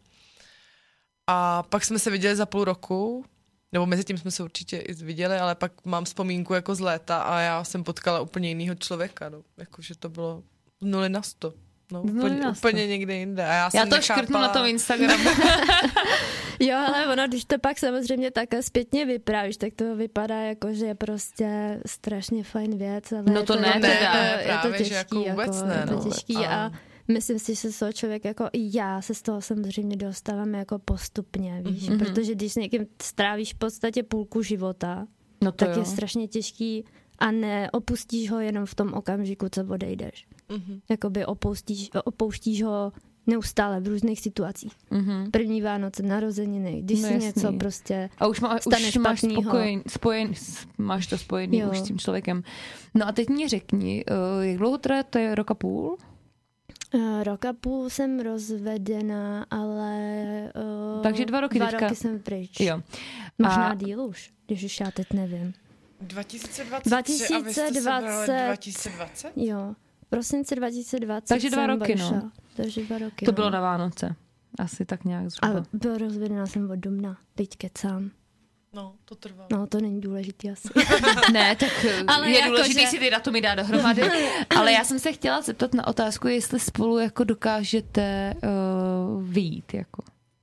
Speaker 2: A pak jsme se viděli za půl roku, nebo mezi tím jsme se určitě i viděli, ale pak mám vzpomínku jako z léta a já jsem potkala úplně jinýho člověka, no. Jakože to bylo nuly na sto. No,
Speaker 3: nuly
Speaker 2: úplně,
Speaker 3: na sto.
Speaker 2: úplně někde jinde. A já,
Speaker 3: Já
Speaker 2: jsem
Speaker 3: to
Speaker 2: nechápala...
Speaker 3: škrtnu na tom Instagramu.
Speaker 4: Jo, ale ono, když to pak samozřejmě takhle zpětně vyprávíš, tak to vypadá jako, že je prostě strašně fajn věc. Ale
Speaker 3: No to
Speaker 4: je
Speaker 3: ne,
Speaker 4: je
Speaker 3: teda.
Speaker 4: to, je
Speaker 2: Právě,
Speaker 4: to
Speaker 2: že
Speaker 4: těžký,
Speaker 2: jako vůbec ne,
Speaker 4: je to
Speaker 2: no.
Speaker 4: těžký
Speaker 2: A-
Speaker 4: a myslím si, že se z toho člověk jako i já se z toho samozřejmě dostávám jako postupně, víš,
Speaker 3: Mhm.
Speaker 4: protože když s někým strávíš v podstatě půlku života,
Speaker 3: No to
Speaker 4: tak
Speaker 3: jo.
Speaker 4: je strašně těžký a neopustíš ho jenom v tom okamžiku, co odejdeš.
Speaker 2: Mhm.
Speaker 4: Jakoby opouštíš, opouštíš ho neustále v různých situacích.
Speaker 3: Mhm.
Speaker 4: První Vánoce, narozeniny, když
Speaker 3: No
Speaker 4: si
Speaker 3: jasný.
Speaker 4: něco prostě...
Speaker 3: A už, má,
Speaker 4: stane
Speaker 3: už máš,
Speaker 4: špatnýho.
Speaker 3: spokojen, spojen, máš to spojený
Speaker 4: Jo.
Speaker 3: už s tím člověkem. No a teď mi řekni, uh, jak dlouho teda to je rok a půl?
Speaker 4: Uh, rok a půl jsem rozvedená, ale... Uh,
Speaker 3: Takže dva roky
Speaker 4: dva
Speaker 3: teďka.
Speaker 4: roky jsem pryč.
Speaker 3: Jo.
Speaker 4: Možná
Speaker 3: A-
Speaker 4: díl už, když už já teď nevím.
Speaker 2: dva tisíce dvacet tři a vy jste se brali dva tisíce dvacet?
Speaker 4: Jo, v prosinci dva tisíce dvacet
Speaker 3: Takže dva
Speaker 4: jsem
Speaker 3: roky, no.
Speaker 4: odešla. Takže dva roky,
Speaker 3: To
Speaker 4: no.
Speaker 3: bylo na Vánoce. Asi tak nějak zhruba.
Speaker 4: A byla rozvedená jsem od domna, teď kecám.
Speaker 2: No, to trvalo.
Speaker 4: No, to není důležitý asi.
Speaker 3: Ne, tak
Speaker 4: Ale
Speaker 3: ale je
Speaker 4: jako,
Speaker 3: důležité
Speaker 4: že-
Speaker 3: si ty datumy dát dohromady. Ale já jsem se chtěla zeptat na otázku, jestli spolu jako dokážete uh, vyjít. Jako.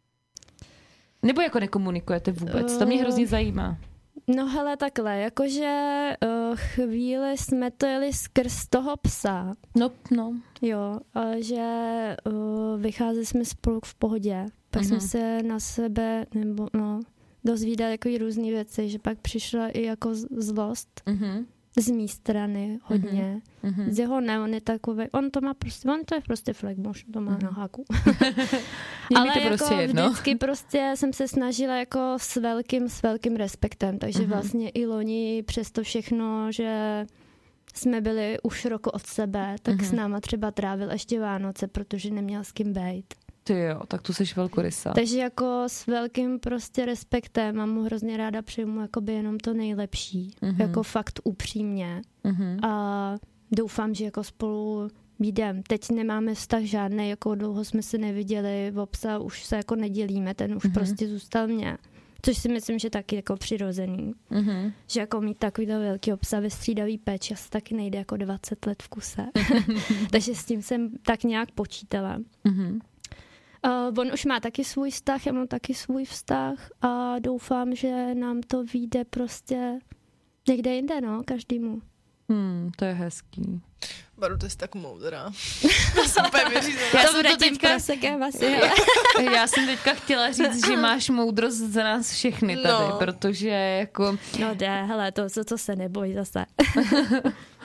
Speaker 3: Nebo jako nekomunikujete vůbec. To mě hrozně zajímá.
Speaker 4: No hele, takhle, jakože uh, chvíli jsme to jeli skrz toho psa,
Speaker 3: No, no.
Speaker 4: jo, ale že uh, vycházeli jsme spolu v pohodě. Pak
Speaker 3: Mhm.
Speaker 4: jsme se na sebe, nebo no, dozvídali jako různé věci, že pak přišla i jako z- zlost
Speaker 3: Mhm.
Speaker 4: z mé strany hodně.
Speaker 3: Mhm.
Speaker 4: Z jeho ne, on je takový, on to má prostě, on to je prostě flagmoš, to má
Speaker 3: Mhm.
Speaker 4: na háku.
Speaker 3: Je mi
Speaker 4: Ale
Speaker 3: to
Speaker 4: jako
Speaker 3: prostě jedno.
Speaker 4: vždycky prostě jsem se snažila jako s velkým, s velkým respektem, takže
Speaker 3: Mhm.
Speaker 4: vlastně i loni přes to všechno, že jsme byli už rok od sebe, tak
Speaker 3: Mhm.
Speaker 4: s náma třeba trávil ještě Vánoce, protože neměl s kým bejt.
Speaker 3: Ty jo, tak tu seš velkorysa.
Speaker 4: Takže jako s velkým prostě respektem a mu hrozně ráda přijmu jakoby jenom to nejlepší,
Speaker 3: Mhm.
Speaker 4: jako fakt upřímně.
Speaker 3: Mhm.
Speaker 4: A doufám, že jako spolu jdem. Teď nemáme vztah žádný, jako dlouho jsme se neviděli, v psa už se jako nedělíme, ten už
Speaker 3: Mhm.
Speaker 4: prostě zůstal mě. Což si myslím, že taky jako přirozený.
Speaker 3: Mhm.
Speaker 4: Že jako mít takovýhle velký psa ve střídavý péči asi taky nejde jako dvacet let v kuse. Takže s tím jsem tak nějak počítala.
Speaker 3: Mhm.
Speaker 4: Uh, on už má taky svůj vztah, já mám taky svůj vztah a doufám, že nám to vyjde prostě někde jinde, no, každému.
Speaker 3: Hmm, to je hezký.
Speaker 2: Baru, ty jsi tak moudrá. To jsem úplně vyřízená.
Speaker 3: Já
Speaker 4: to
Speaker 3: jsem
Speaker 4: bude
Speaker 3: to
Speaker 4: tím
Speaker 3: teďka-
Speaker 4: prosekem asi. hele.
Speaker 3: Já jsem teďka chtěla říct, že máš moudrost za nás všechny tady,
Speaker 2: No.
Speaker 3: protože jako...
Speaker 4: No jde, hele, to, to, to se neboj zase.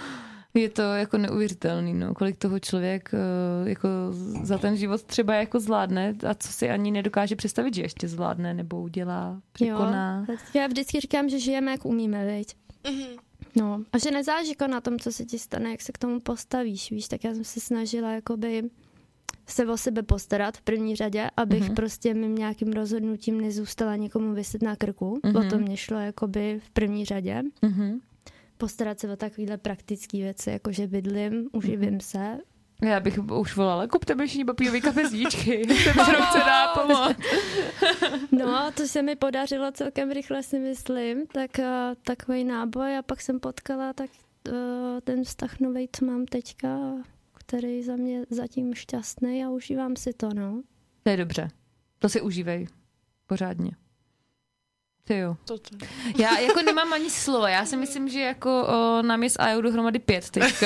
Speaker 3: Je to jako neuvěřitelný, no, kolik toho člověk jako za ten život třeba jako zvládne a co si ani nedokáže představit, že ještě zvládne nebo udělá, překoná.
Speaker 4: Jo, já vždycky říkám, že žijeme, jak umíme, viď? Mm-hmm. No, a že nezáleží jako na tom, co se ti stane, jak se k tomu postavíš, víš, tak já jsem se snažila jakoby se o sebe postarat v první řadě, abych mm-hmm. prostě mým nějakým rozhodnutím nezůstala někomu viset na krku. Mm-hmm. O to mě šlo jakoby v první řadě. Mm-hmm. Postarat se o takovéhle praktické věci, jako že bydlím, uživím mm-hmm. se.
Speaker 3: Já bych už volala, kupte myšní papírový kapesníčky, jsem se dá pomoct.
Speaker 4: No, to se mi podařilo celkem rychle, si myslím, tak uh, takový náboj a pak jsem potkala tak uh, ten vztah novej, co mám teďka, který za mě zatím šťastný a užívám si to, no.
Speaker 3: To je dobře, to si užívej, pořádně. Ty jo. Já jako nemám ani slova, já si myslím, že jako o, nám je s Ajou dohromady pět teďka.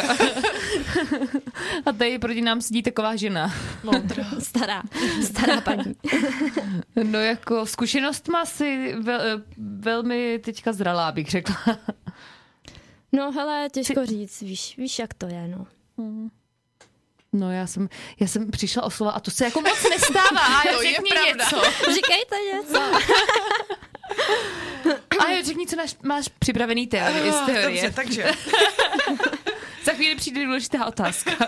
Speaker 3: A tady proti nám sedí taková žena.
Speaker 4: Moudrá. Stará, stará paní.
Speaker 3: No jako zkušenost má si vel, velmi teďka zralá, bych řekla.
Speaker 4: No hele, těžko říct, víš, víš jak to je, no.
Speaker 3: Hmm. No já jsem, já jsem přišla o slova a to se jako moc nestává.
Speaker 2: To je pravda.
Speaker 3: Něco.
Speaker 4: Říkejte něco.
Speaker 3: A jo, řekni, co máš, máš připravený teorie, z teorie.
Speaker 2: Dobře, takže.
Speaker 3: Za chvíli přijde důležitá otázka.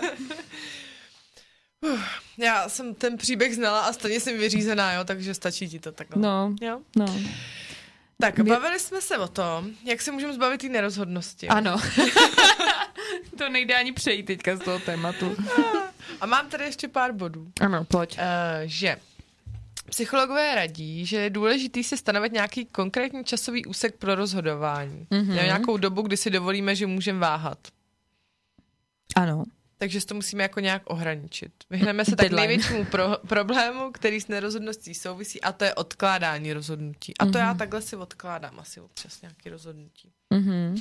Speaker 2: Já jsem ten příběh znala a stejně jsem vyřízená, jo, takže stačí ti to takhle.
Speaker 3: No,
Speaker 2: jo?
Speaker 3: no.
Speaker 2: Tak, My... bavili jsme se o tom, jak se můžeme zbavit té nerozhodnosti.
Speaker 3: Ano. To nejde ani přejít teďka z toho tématu.
Speaker 2: A mám tady ještě pár bodů.
Speaker 3: Ano, pojď.
Speaker 2: Uh, že psychologové radí, že je důležitý si stanovit nějaký konkrétní časový úsek pro rozhodování. Mm-hmm. Nějakou dobu, kdy si dovolíme, že můžeme váhat.
Speaker 3: Ano.
Speaker 2: Takže si to musíme jako nějak ohraničit. Vyhneme se tak největšímu pro- problému, který s nerozhodností souvisí, a to je odkládání rozhodnutí. A to mm-hmm. já takhle si odkládám asi občas nějaké rozhodnutí. Mm-hmm.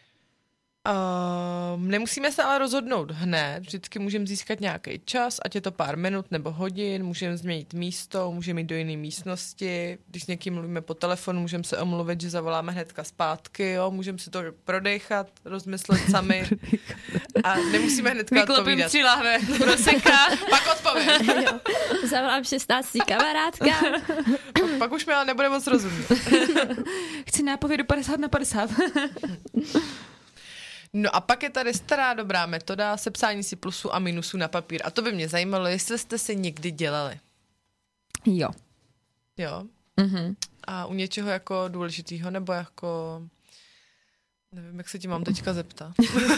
Speaker 2: Uh, nemusíme se ale rozhodnout hned, vždycky můžeme získat nějaký čas, ať je to pár minut nebo hodin, můžeme změnit místo, můžeme jít do jiné místnosti, když s někým mluvíme po telefonu, můžeme se omluvit, že zavoláme hnedka zpátky, jo? Můžeme si to prodejchat, rozmyslet sami a nemusíme hnedka odpovídat.
Speaker 3: Vyklopím tři lahve proseka,
Speaker 2: pak odpovím.
Speaker 4: Zavolám šestnáctý kamarádka.
Speaker 2: pak, pak už mi ale nebude moc rozumět.
Speaker 3: Chci nápovědu padesát na padesát.
Speaker 2: No a pak je tady stará dobrá metoda sepsání si plusů a minusů na papír. A to by mě zajímalo, jestli jste si někdy dělali.
Speaker 3: Jo.
Speaker 2: Jo?
Speaker 3: Mhm.
Speaker 2: A u něčeho jako důležitýho, nebo jako... Nevím, jak se ti mám teďka zeptat.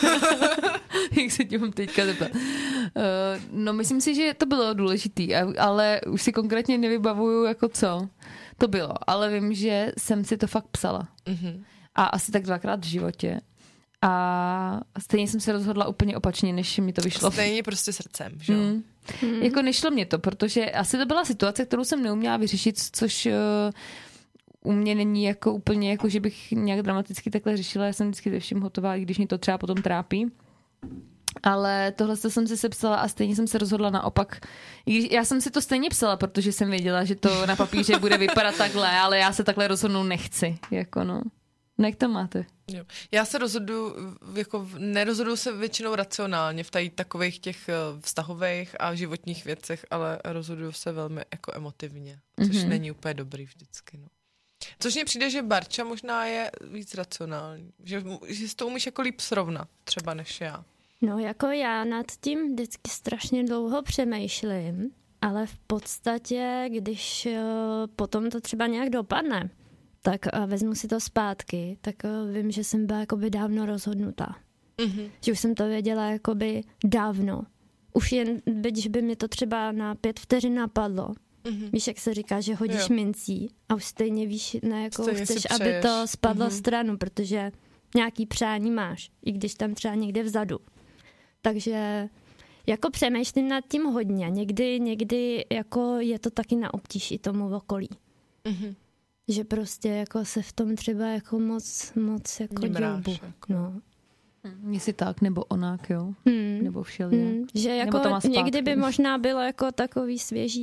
Speaker 3: Jak se ti mám teďka zeptat. Uh, no myslím si, že to bylo důležitý, ale už si konkrétně nevybavuju jako co to bylo. Ale vím, že jsem si to fakt psala. Mhm. A asi tak dvakrát v životě. A stejně jsem se rozhodla úplně opačně, než mi to vyšlo.
Speaker 2: Stejně prostě srdcem, že jo? Mm.
Speaker 3: Mm. Jako nešlo mě to, protože asi to byla situace, kterou jsem neuměla vyřešit, což uh, u mě není jako úplně, jako že bych nějak dramaticky takhle řešila. Já jsem vždycky ze všem hotová, i když mě to třeba potom trápí. Ale tohle jsem si sepsala a stejně jsem se rozhodla naopak. Já jsem si to stejně psala, protože jsem věděla, že to na papíře bude vypadat takhle, ale já se takhle rozhodnout nechci. Jako no. No, jak to máte?
Speaker 2: Jo. Já se rozhodu, jako nerozhoduju se většinou racionálně v tady takových těch vztahových a životních věcech, ale rozhoduju se velmi jako emotivně, což mm-hmm. není úplně dobrý vždycky. No. Což mně přijde, že Barča možná je víc racionální, že, že si to umíš jako líp srovnat, třeba než já.
Speaker 4: No jako já nad tím vždycky strašně dlouho přemýšlím, ale v podstatě, když uh, potom to třeba nějak dopadne, tak uh, vezmu si to zpátky, tak uh, vím, že jsem byla jakoby dávno rozhodnutá. Mm-hmm. Že už jsem to věděla jakoby dávno. Už jen, byť by mi to třeba na pět vteřin napadlo. Mm-hmm. Víš, jak se říká, že hodíš jo. mincí a už stejně víš, na jakou stejně chceš, aby to spadlo mm-hmm. stranu, protože nějaký přání máš, i když tam třeba někde vzadu. Takže jako přemýšlím nad tím hodně. Někdy, někdy jako je to taky na obtíž i tomu okolí. Mm-hmm. Že prostě jako se v tom třeba jako moc, moc jako dělbu. Jako. No.
Speaker 3: Jestli tak, nebo onak, jo? Hmm. Nebo všelijak. Hmm.
Speaker 4: Že jako někdy by možná bylo jako takový svěží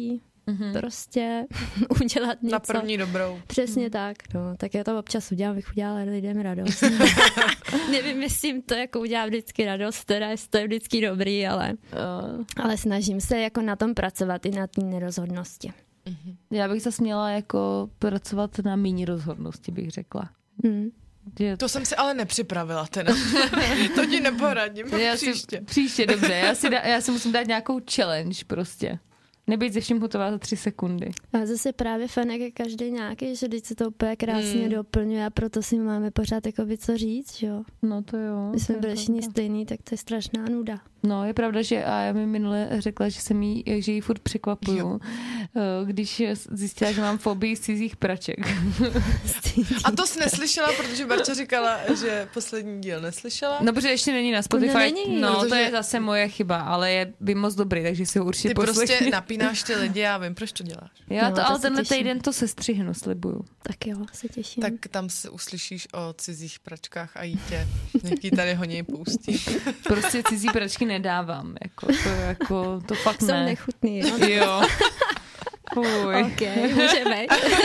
Speaker 4: mm-hmm. prostě udělat něco.
Speaker 2: Na první dobrou.
Speaker 4: Přesně mm. tak, no. Tak já to občas udělám, bych udělala lidem radost. Nevím, jestli jim to jako udělá vždycky radost, teda jestli to je vždycky dobrý, ale, uh. ale snažím se jako na tom pracovat i na té nerozhodnosti.
Speaker 3: Mm-hmm. Já bych zase měla jako pracovat na míň rozhodnosti, bych řekla. Mm.
Speaker 2: Je... To jsem si ale nepřipravila teda. To ti neporadím.
Speaker 3: Já
Speaker 2: příště.
Speaker 3: Si, příště, dobře. Já si, da, já si musím dát nějakou challenge prostě. Nebýt ze vším hotová za tři sekundy.
Speaker 4: A zase právě Fenek je každý nějaký, že teď se to úplně krásně hmm. doplňuje a proto si máme pořád jakoby co říct, jo.
Speaker 3: No to jo.
Speaker 4: Když jsme byli všichni stejný, tak to je strašná nuda.
Speaker 3: No je pravda, že a já mi minule řekla, že jsem jí, že jí furt překvapuju, jo. Když zjistila, že mám fobii z cizích praček.
Speaker 2: A to jsi neslyšela, protože Barča říkala, že poslední díl neslyšela?
Speaker 3: No, protože ještě není na Spotify.
Speaker 4: No, není,
Speaker 3: no
Speaker 2: protože...
Speaker 3: to je zase moje chyba, ale je by moc dobrý, takže si ho určitě
Speaker 2: Ty
Speaker 3: poslechni.
Speaker 2: prostě napínáš ty lidi, já vím, proč to děláš.
Speaker 3: Já
Speaker 4: no,
Speaker 3: to,
Speaker 4: to
Speaker 3: ale tenhle
Speaker 4: těším.
Speaker 3: týden to sestřihnu, slibuju.
Speaker 4: Tak jo, se těším.
Speaker 2: Tak tam se uslyšíš o cizích pračkách a jítě. Jaký tady honí poustí.
Speaker 3: Prostě cizí pračky nedávám. Jako, to, jako, to fakt
Speaker 4: Jsou
Speaker 3: ne.
Speaker 4: nechutný, jo?
Speaker 3: Jo. Fuj.
Speaker 4: Ok, můžeme.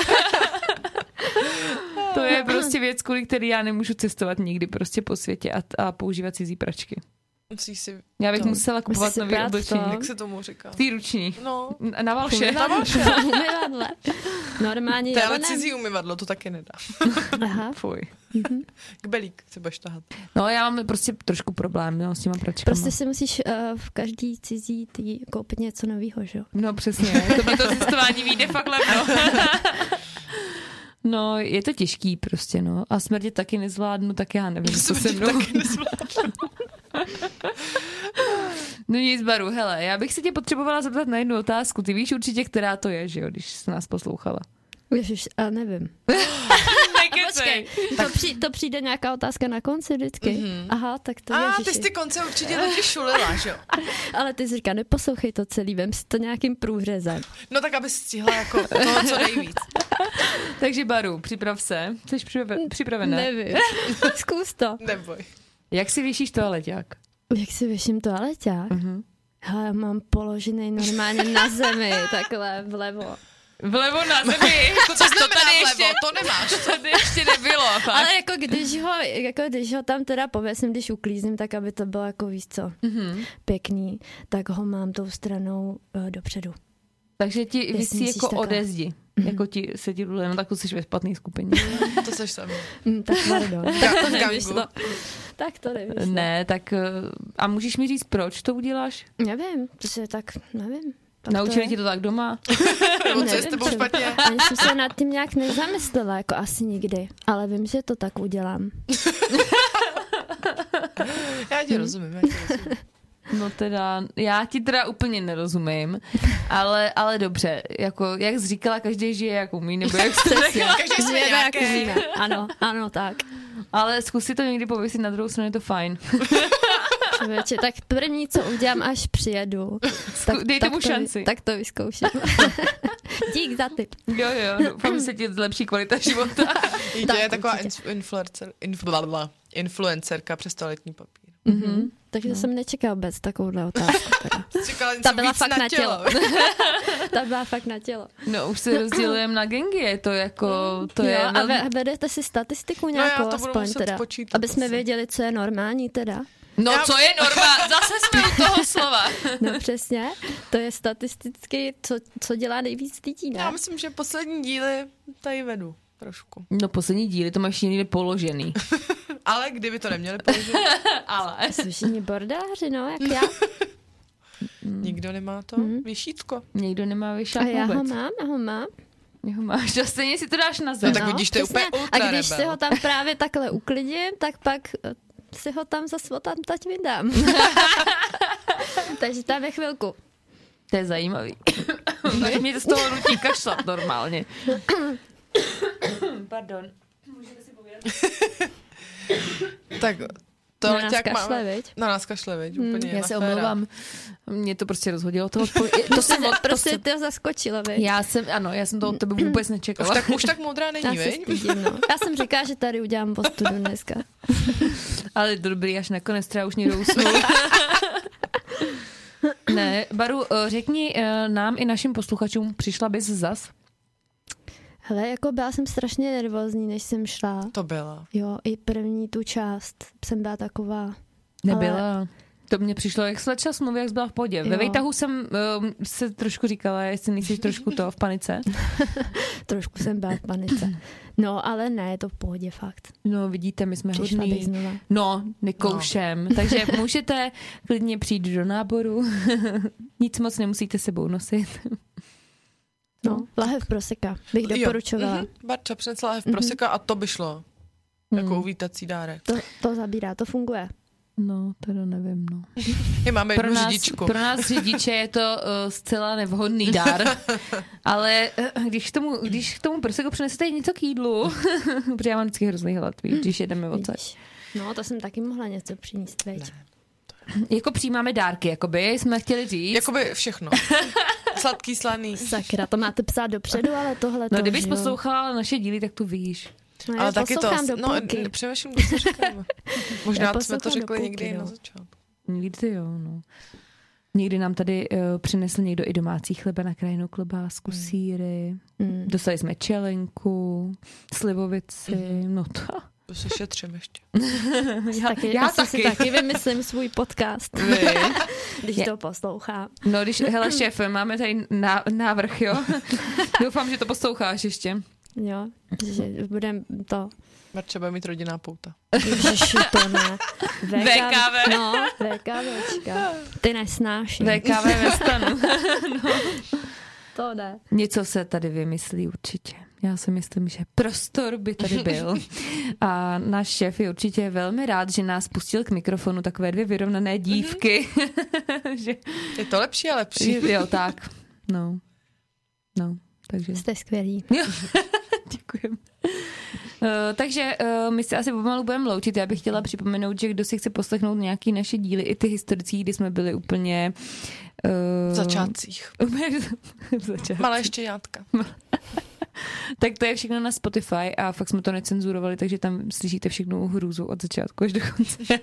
Speaker 3: To je prostě věc, kvůli který já nemůžu cestovat nikdy prostě po světě a, a používat cizí pračky.
Speaker 2: Musíš si
Speaker 3: Já bych
Speaker 2: to.
Speaker 3: musela kupovat nový oblečení.
Speaker 2: Jak se tomu říká?
Speaker 3: Tý ruční.
Speaker 2: No.
Speaker 3: Na valše.
Speaker 2: Na valše.
Speaker 4: Umyvadle. Normálně
Speaker 2: to je ale
Speaker 4: jelenem.
Speaker 2: cizí umyvadlo, to taky nedá.
Speaker 4: Aha.
Speaker 3: Fuj.
Speaker 2: Kbelík se budeš tahat.
Speaker 3: No já mám prostě trošku problém no, s těma pračkama.
Speaker 4: Prostě si musíš uh, v každý cizí tý koupit něco novýho, že jo?
Speaker 3: No přesně. To by to cestování vyjde fakt levno. No, je to těžký prostě, no. A smrtě taky nezvládnu, tak já nevím, co se mnou.
Speaker 2: Taky nezvládnu.
Speaker 3: No nic, Baru, hele, já bych se tě potřebovala zeptat na jednu otázku. Ty víš určitě, která to je, že jo, když jsi nás poslouchala.
Speaker 4: Ježiš, a nevím. Počkej, to, při, to přijde nějaká otázka na konci vždycky. Mm-hmm. Aha, tak to
Speaker 2: A
Speaker 4: ježiši.
Speaker 2: ty jsi ty konce určitě lidi šulila, že jo?
Speaker 4: Ale ty jsi říká, neposlouchej to celý, vem si to nějakým průřezem.
Speaker 2: No tak, aby stihla jako toho, co nejvíc.
Speaker 3: Takže Baru, připrav se. Jsi připraven, připravená?
Speaker 4: Nevím. Zkus to.
Speaker 2: Neboj.
Speaker 3: Jak si věšíš toaleťák?
Speaker 4: Jak si věším toaleťák?
Speaker 3: Uh-huh.
Speaker 4: Hele, já mám položený normálně na zemi, takhle vlevo.
Speaker 3: Vlevo na zemi? To,
Speaker 2: Co
Speaker 3: to,
Speaker 2: znamená
Speaker 3: to tady
Speaker 2: vlevo?
Speaker 3: ještě,
Speaker 2: To nemáš.
Speaker 3: To tady ještě nebylo. Fakt.
Speaker 4: Ale jako když ho, jako když ho tam teda pověsím, když uklízím, tak aby to bylo jako víc co,
Speaker 3: Uh-huh.
Speaker 4: pěkný, tak ho mám tou stranou uh, dopředu.
Speaker 3: Takže ti
Speaker 4: Jestli
Speaker 3: visí
Speaker 4: myslíš
Speaker 3: jako
Speaker 4: takhle.
Speaker 3: ode zdi. Mm-hmm. Jako ti se ti dole, no tak to jsi ve špatný skupině.
Speaker 2: To seš sami.
Speaker 4: Mm, tak pardon. Tak to nevyšlo. Tak to nevyšlo.
Speaker 3: Ne, tak a můžeš mi říct, proč to uděláš?
Speaker 4: Nevím, protože tak nevím. Tak
Speaker 3: Naučili ti to tak doma?
Speaker 2: Nebo co je s tebou špatně?
Speaker 4: Ani jsem se nad tím nějak nezamyslela, jako asi nikdy. Ale vím, že to tak udělám.
Speaker 2: Já ti rozumím, já ti rozumím.
Speaker 3: No teda, já ti teda úplně nerozumím, ale, ale dobře, jako jak jsi říkala, každý žije jak umí, nebo jak jsi řekla.
Speaker 2: Každý jsme
Speaker 4: Žijeme jak
Speaker 2: nějaké.
Speaker 4: umíme. Ano, ano, tak.
Speaker 3: Ale zkus si to někdy pověsit, na druhou stranu je to fajn.
Speaker 4: Člověče, tak první, co udělám, až přijedu, tak,
Speaker 3: dejte
Speaker 4: tak,
Speaker 3: mu
Speaker 4: to,
Speaker 3: šanci.
Speaker 4: tak to vyzkouším. Dík za tip.
Speaker 3: Jo, jo, doufám, že se ti zlepší kvalita života.
Speaker 2: Jítě je
Speaker 4: Tak,
Speaker 2: taková
Speaker 4: určitě.
Speaker 2: influencer, inf, blablabla, influencerka přes toaletní papír.
Speaker 3: Mm-hmm.
Speaker 4: Takže no. jsem nečekal vůbec takovouhle otázku. Teda.
Speaker 2: Čekala
Speaker 4: Ta
Speaker 2: něco
Speaker 4: byla
Speaker 2: víc
Speaker 4: fakt na tělo.
Speaker 2: tělo.
Speaker 4: Ta byla fakt na tělo.
Speaker 3: No už se rozdělujeme na gengy, je to jako, to
Speaker 4: jo,
Speaker 3: je
Speaker 4: a
Speaker 3: velmi...
Speaker 4: ve, vedete si statistiku
Speaker 2: No já
Speaker 4: nějakou
Speaker 2: to budu
Speaker 4: aspoň
Speaker 2: muset
Speaker 4: teda,
Speaker 2: spočítat
Speaker 4: aby jsme
Speaker 2: asi.
Speaker 4: věděli, co je normální teda.
Speaker 3: No
Speaker 2: Já-
Speaker 3: co je norma? Zase jsme u toho slova.
Speaker 4: No přesně, to je statisticky, co, co dělá nejvíc lidí, ne?
Speaker 2: Já myslím, že poslední díly tady vedu trošku.
Speaker 3: No poslední díly to máš někdy položený.
Speaker 2: Ale kdyby to neměli položit,
Speaker 3: Ale...
Speaker 4: Jsou všichni bordáři, no, jak já.
Speaker 2: nikdo nemá to
Speaker 4: Mhm.
Speaker 2: vyšítko.
Speaker 3: Někdo nemá vyšák
Speaker 4: A já ho
Speaker 3: vůbec.
Speaker 4: mám, já ho mám.
Speaker 3: Já ho máš, a stejně si to dáš na zem.
Speaker 2: No tak vidíš, to je
Speaker 4: přesně.
Speaker 2: úplně ultra
Speaker 4: A když
Speaker 2: rebel.
Speaker 4: si ho tam právě takhle uklidím, tak pak eh, si ho tam zase tam tať vydám. Takže tam je chvilku.
Speaker 3: To je zajímavý. Tak mě to z toho nutí kašlat normálně. Pardon. Můžete si povědět?
Speaker 2: Tak to
Speaker 4: Na nás
Speaker 2: jak
Speaker 4: kašle,
Speaker 2: máme.
Speaker 4: viď?
Speaker 2: Na nás kašle, viď? Úplně
Speaker 3: Já
Speaker 2: na
Speaker 3: se
Speaker 2: féra.
Speaker 3: omlouvám. Mě to prostě rozhodilo. To, odpo- to jsem od,
Speaker 4: Prostě
Speaker 3: to
Speaker 4: ty ho zaskočila, viď?
Speaker 3: já jsem, ano, já jsem to od tebe vůbec
Speaker 2: Už
Speaker 3: nečekala.
Speaker 2: tak, už tak moudrá
Speaker 4: Já
Speaker 2: není,
Speaker 4: se
Speaker 2: viď?
Speaker 4: stydím, no. Já jsem říkala, že tady udělám postudu dneska.
Speaker 3: Ale dobrý, až nakonec třeba už někdo usnul. Ne, Baru, řekni nám i našim posluchačům, přišla bys zas?
Speaker 4: Hele, jako byla jsem strašně nervózní, než jsem šla.
Speaker 2: To byla.
Speaker 4: Jo, i první tu část jsem byla taková.
Speaker 3: Nebyla.
Speaker 4: Ale...
Speaker 3: To mně přišlo, jak slečna smluvy, jak jsi byla v pohodě. Jo. Ve Vejtahu jsem um, se trošku říkala, jestli nejsi trošku to v panice.
Speaker 4: Trošku jsem byla v panice. No, ale ne, je to v pohodě fakt.
Speaker 3: No, vidíte, my jsme
Speaker 4: Přišla
Speaker 3: hodný.
Speaker 4: bych znova.
Speaker 3: No, nekoušem. No. Takže můžete klidně přijít do náboru. Nic moc nemusíte sebou nosit.
Speaker 4: No, lahev proseka bych doporučovala.
Speaker 2: Mm-hmm. Barča přinesla lahev proseka a to by šlo. Jako mm. uvítací dárek.
Speaker 4: To, to zabírá, to funguje.
Speaker 3: No, teda nevím, no.
Speaker 2: Je, máme
Speaker 3: pro
Speaker 2: jednu
Speaker 3: nás,
Speaker 2: řidičku.
Speaker 3: Pro nás řidiče je to uh, zcela nevhodný dár, ale uh, když, k tomu, když k tomu proseku přinesete něco k jídlu, protože já mám vždycky hrozný hlad, víš, když jedeme odsaď.
Speaker 4: No, to jsem taky mohla něco přinést, veď.
Speaker 3: Jako přijímáme dárky, jakoby, jsme chtěli říct.
Speaker 2: Jakoby všechno. Sladký, slaný.
Speaker 4: Sakra, to máte psát dopředu, ale tohle to,
Speaker 3: No, kdybys poslouchala naše díly, tak to víš.
Speaker 4: No,
Speaker 2: ale taky to,
Speaker 4: do
Speaker 2: no, přemýšlím, co říkáme. Možná jsme to řekli
Speaker 4: půlky,
Speaker 2: někdy
Speaker 4: no.
Speaker 2: na začátku.
Speaker 3: Někdy jo, no. Někdy nám tady uh, přinesl někdo i domácí chleba na krajinou klobásku, mm. sýry. Mm. Dostali jsme čelenku, slivovici, mm. no to...
Speaker 2: To se šetřím ještě.
Speaker 4: já, taky, já taky. si taky vymyslím svůj podcast. Když je. to poslouchám.
Speaker 3: No, když, hele šéfe, máme tady návrh, jo. Doufám, že to posloucháš ještě.
Speaker 4: Jo, že budem to...
Speaker 2: Marče bude mít rodinná pouta.
Speaker 4: Ježiši, to ne.
Speaker 3: V K V.
Speaker 4: No, VKVčka. Ty nesnáším.
Speaker 3: V K V ve stanu. No.
Speaker 4: To ne.
Speaker 3: Něco se tady vymyslí určitě. Já si myslím, že prostor by tady byl. A náš šéf je určitě velmi rád, že nás pustil k mikrofonu takové dvě vyrovnané dívky. že...
Speaker 2: Je to lepší a lepší.
Speaker 3: Jo, tak. No. No, takže...
Speaker 4: Jste skvělí.
Speaker 3: Děkujeme. Uh, takže uh, my se asi pomalu budeme loučit. Já bych chtěla připomenout, že kdo si chce poslechnout nějaký naše díly, i ty historické, kdy jsme byli úplně... Uh,
Speaker 2: v začátcích.
Speaker 3: v začátcích.
Speaker 2: Malé štěňátka.
Speaker 3: Tak to je všechno na Spotify a fakt jsme to necenzurovali, takže tam slyšíte všechnu hrůzu od začátku až do konce.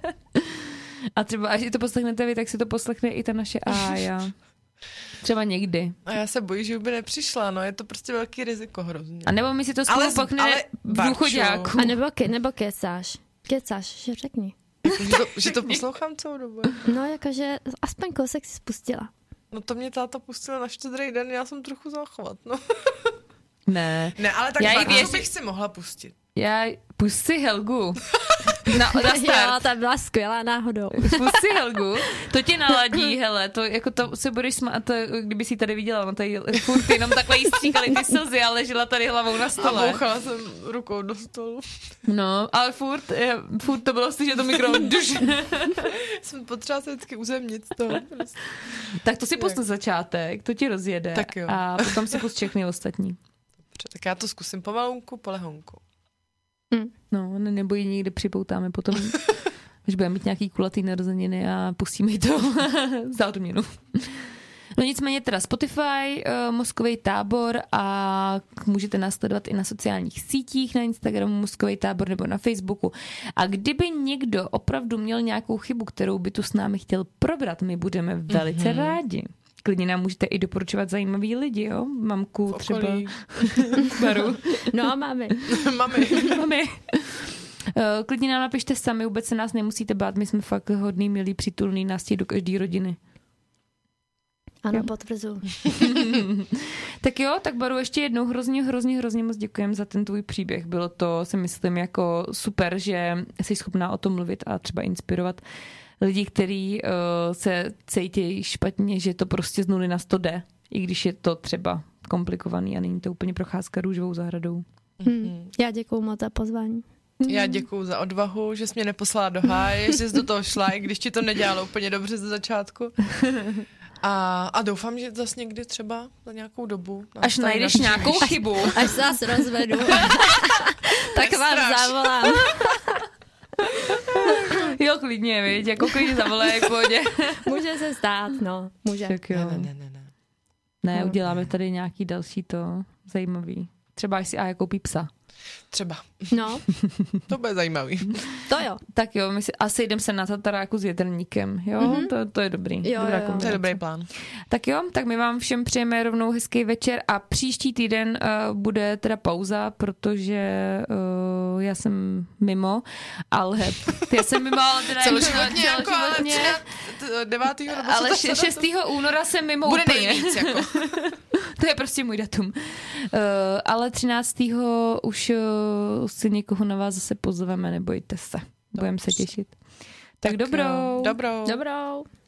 Speaker 3: A třeba až to poslechnete vy, tak si to poslechne i ta naše Ája. Třeba někdy.
Speaker 2: A já se bojím, že by nepřišla, no je to prostě velký riziko hrozně.
Speaker 3: A nebo my si to spolu pokne v důchoďáku.
Speaker 4: A nebo, ke, nebo kecáš. Kecáš, že řekni.
Speaker 2: Jako, že, to, že to poslouchám celou dobu.
Speaker 4: No jakože aspoň kousek si spustila.
Speaker 2: No to mě táta pustila na štědrý den, já jsem trochu záchvat, no.
Speaker 3: Ne.
Speaker 2: Ne, ale tak
Speaker 3: já
Speaker 2: Barču bych si mohla pustit.
Speaker 3: Já, pust si Helgu. Na, na start.
Speaker 4: Jo, ta byla skvělá náhodou.
Speaker 3: Pust si Helgu, to tě naladí, hele, to, jako to se budeš smát, to, kdyby si tady viděla, no tady furt jenom takhle jí stříkaly ty slzy a ležela tady hlavou na stole.
Speaker 2: A bouchala jsem rukou do stolu.
Speaker 3: No, ale furt, je, furt to bylo slyšet do mikrofonu.
Speaker 2: Jsem potřeba se vždycky uzemnit z toho. Prostě.
Speaker 3: Tak to si pust na začátek, to ti rozjede.
Speaker 2: Tak jo.
Speaker 3: A potom si pust všechny ostatní.
Speaker 2: Dobře, tak já to zkusím pomalunku, polehonku.
Speaker 3: Mm. No, ne, nebo ji někde připoutáme potom, až budeme mít nějaký kulatý narozeniny a pustíme jí to za odměnu. No nicméně teda Spotify, uh, Mozkový tábor a můžete nás sledovat i na sociálních sítích, na Instagramu Mozkový tábor nebo na Facebooku. A kdyby někdo opravdu měl nějakou chybu, kterou by tu s námi chtěl probrat, my budeme velice mm-hmm. rádi. Klidně nám můžete i doporučovat zajímavý lidi, jo? Mamku třeba. Baru.
Speaker 4: No a máme.
Speaker 2: Mami.
Speaker 3: Mami. Klidně nám napište sami, vůbec se nás nemusíte bát, my jsme fakt hodný, milí, přitulný, nás do každé rodiny.
Speaker 4: Ano, potvrzuji.
Speaker 3: Tak jo, tak Baru, ještě jednou hrozně, hrozně, hrozně moc děkujem za ten tvůj příběh. Bylo to, si myslím, jako super, že jsi schopná o tom mluvit a třeba inspirovat lidi, kteří uh, se cítí špatně, že to prostě z nuly na sto jde, i když je to třeba komplikovaný a není to úplně procházka růžovou zahradou.
Speaker 4: Hmm. Já děkuju moc za pozvání.
Speaker 2: Já děkuju za odvahu, že jsi mě neposlala do háje, že jsi do toho šla, i když ti to nedělalo úplně dobře ze začátku. A, a doufám, že zase někdy třeba za nějakou dobu.
Speaker 3: Až najdeš nějakou chybu.
Speaker 4: Až se zase rozvedu. Tak vám zavolám.
Speaker 3: Jo, klidně, viď, jako klidně zavolej, v pohodě.
Speaker 4: Může se stát, no, může.
Speaker 3: Tak jo.
Speaker 2: Ne, ne, ne, ne.
Speaker 3: Ne, uděláme tady nějaký další to zajímavý. Třeba až si Aja koupí psa.
Speaker 2: Třeba.
Speaker 4: No,
Speaker 2: To bude zajímavý.
Speaker 4: to jo.
Speaker 3: Tak jo, my si asi jdem se na Tataráku s větrníkem, jo? Mm-hmm. To, to je dobrý.
Speaker 4: Jo,
Speaker 3: Dobrá
Speaker 4: jo, jo.
Speaker 2: To je dobrý plán.
Speaker 3: Tak jo, tak my vám všem přejeme rovnou hezký večer a příští týden uh, bude teda pauza, protože uh, já jsem mimo, ale já jsem mimo, ale teda
Speaker 2: Celoživotně,
Speaker 3: jako,
Speaker 2: jako, ale
Speaker 3: celoživotně,
Speaker 2: třeba devátého nebo
Speaker 3: ale
Speaker 2: co
Speaker 3: še-
Speaker 2: to-
Speaker 3: šestého února jsem mimo
Speaker 2: Bude
Speaker 3: úplně.
Speaker 2: nejvíc, jako.
Speaker 3: To je prostě můj datum. Uh, ale třináctého už uh, si někoho na vás zase pozveme, nebojte se. Budeme se těšit. Tak, tak dobrou.
Speaker 2: Dobrou.
Speaker 4: Dobrou.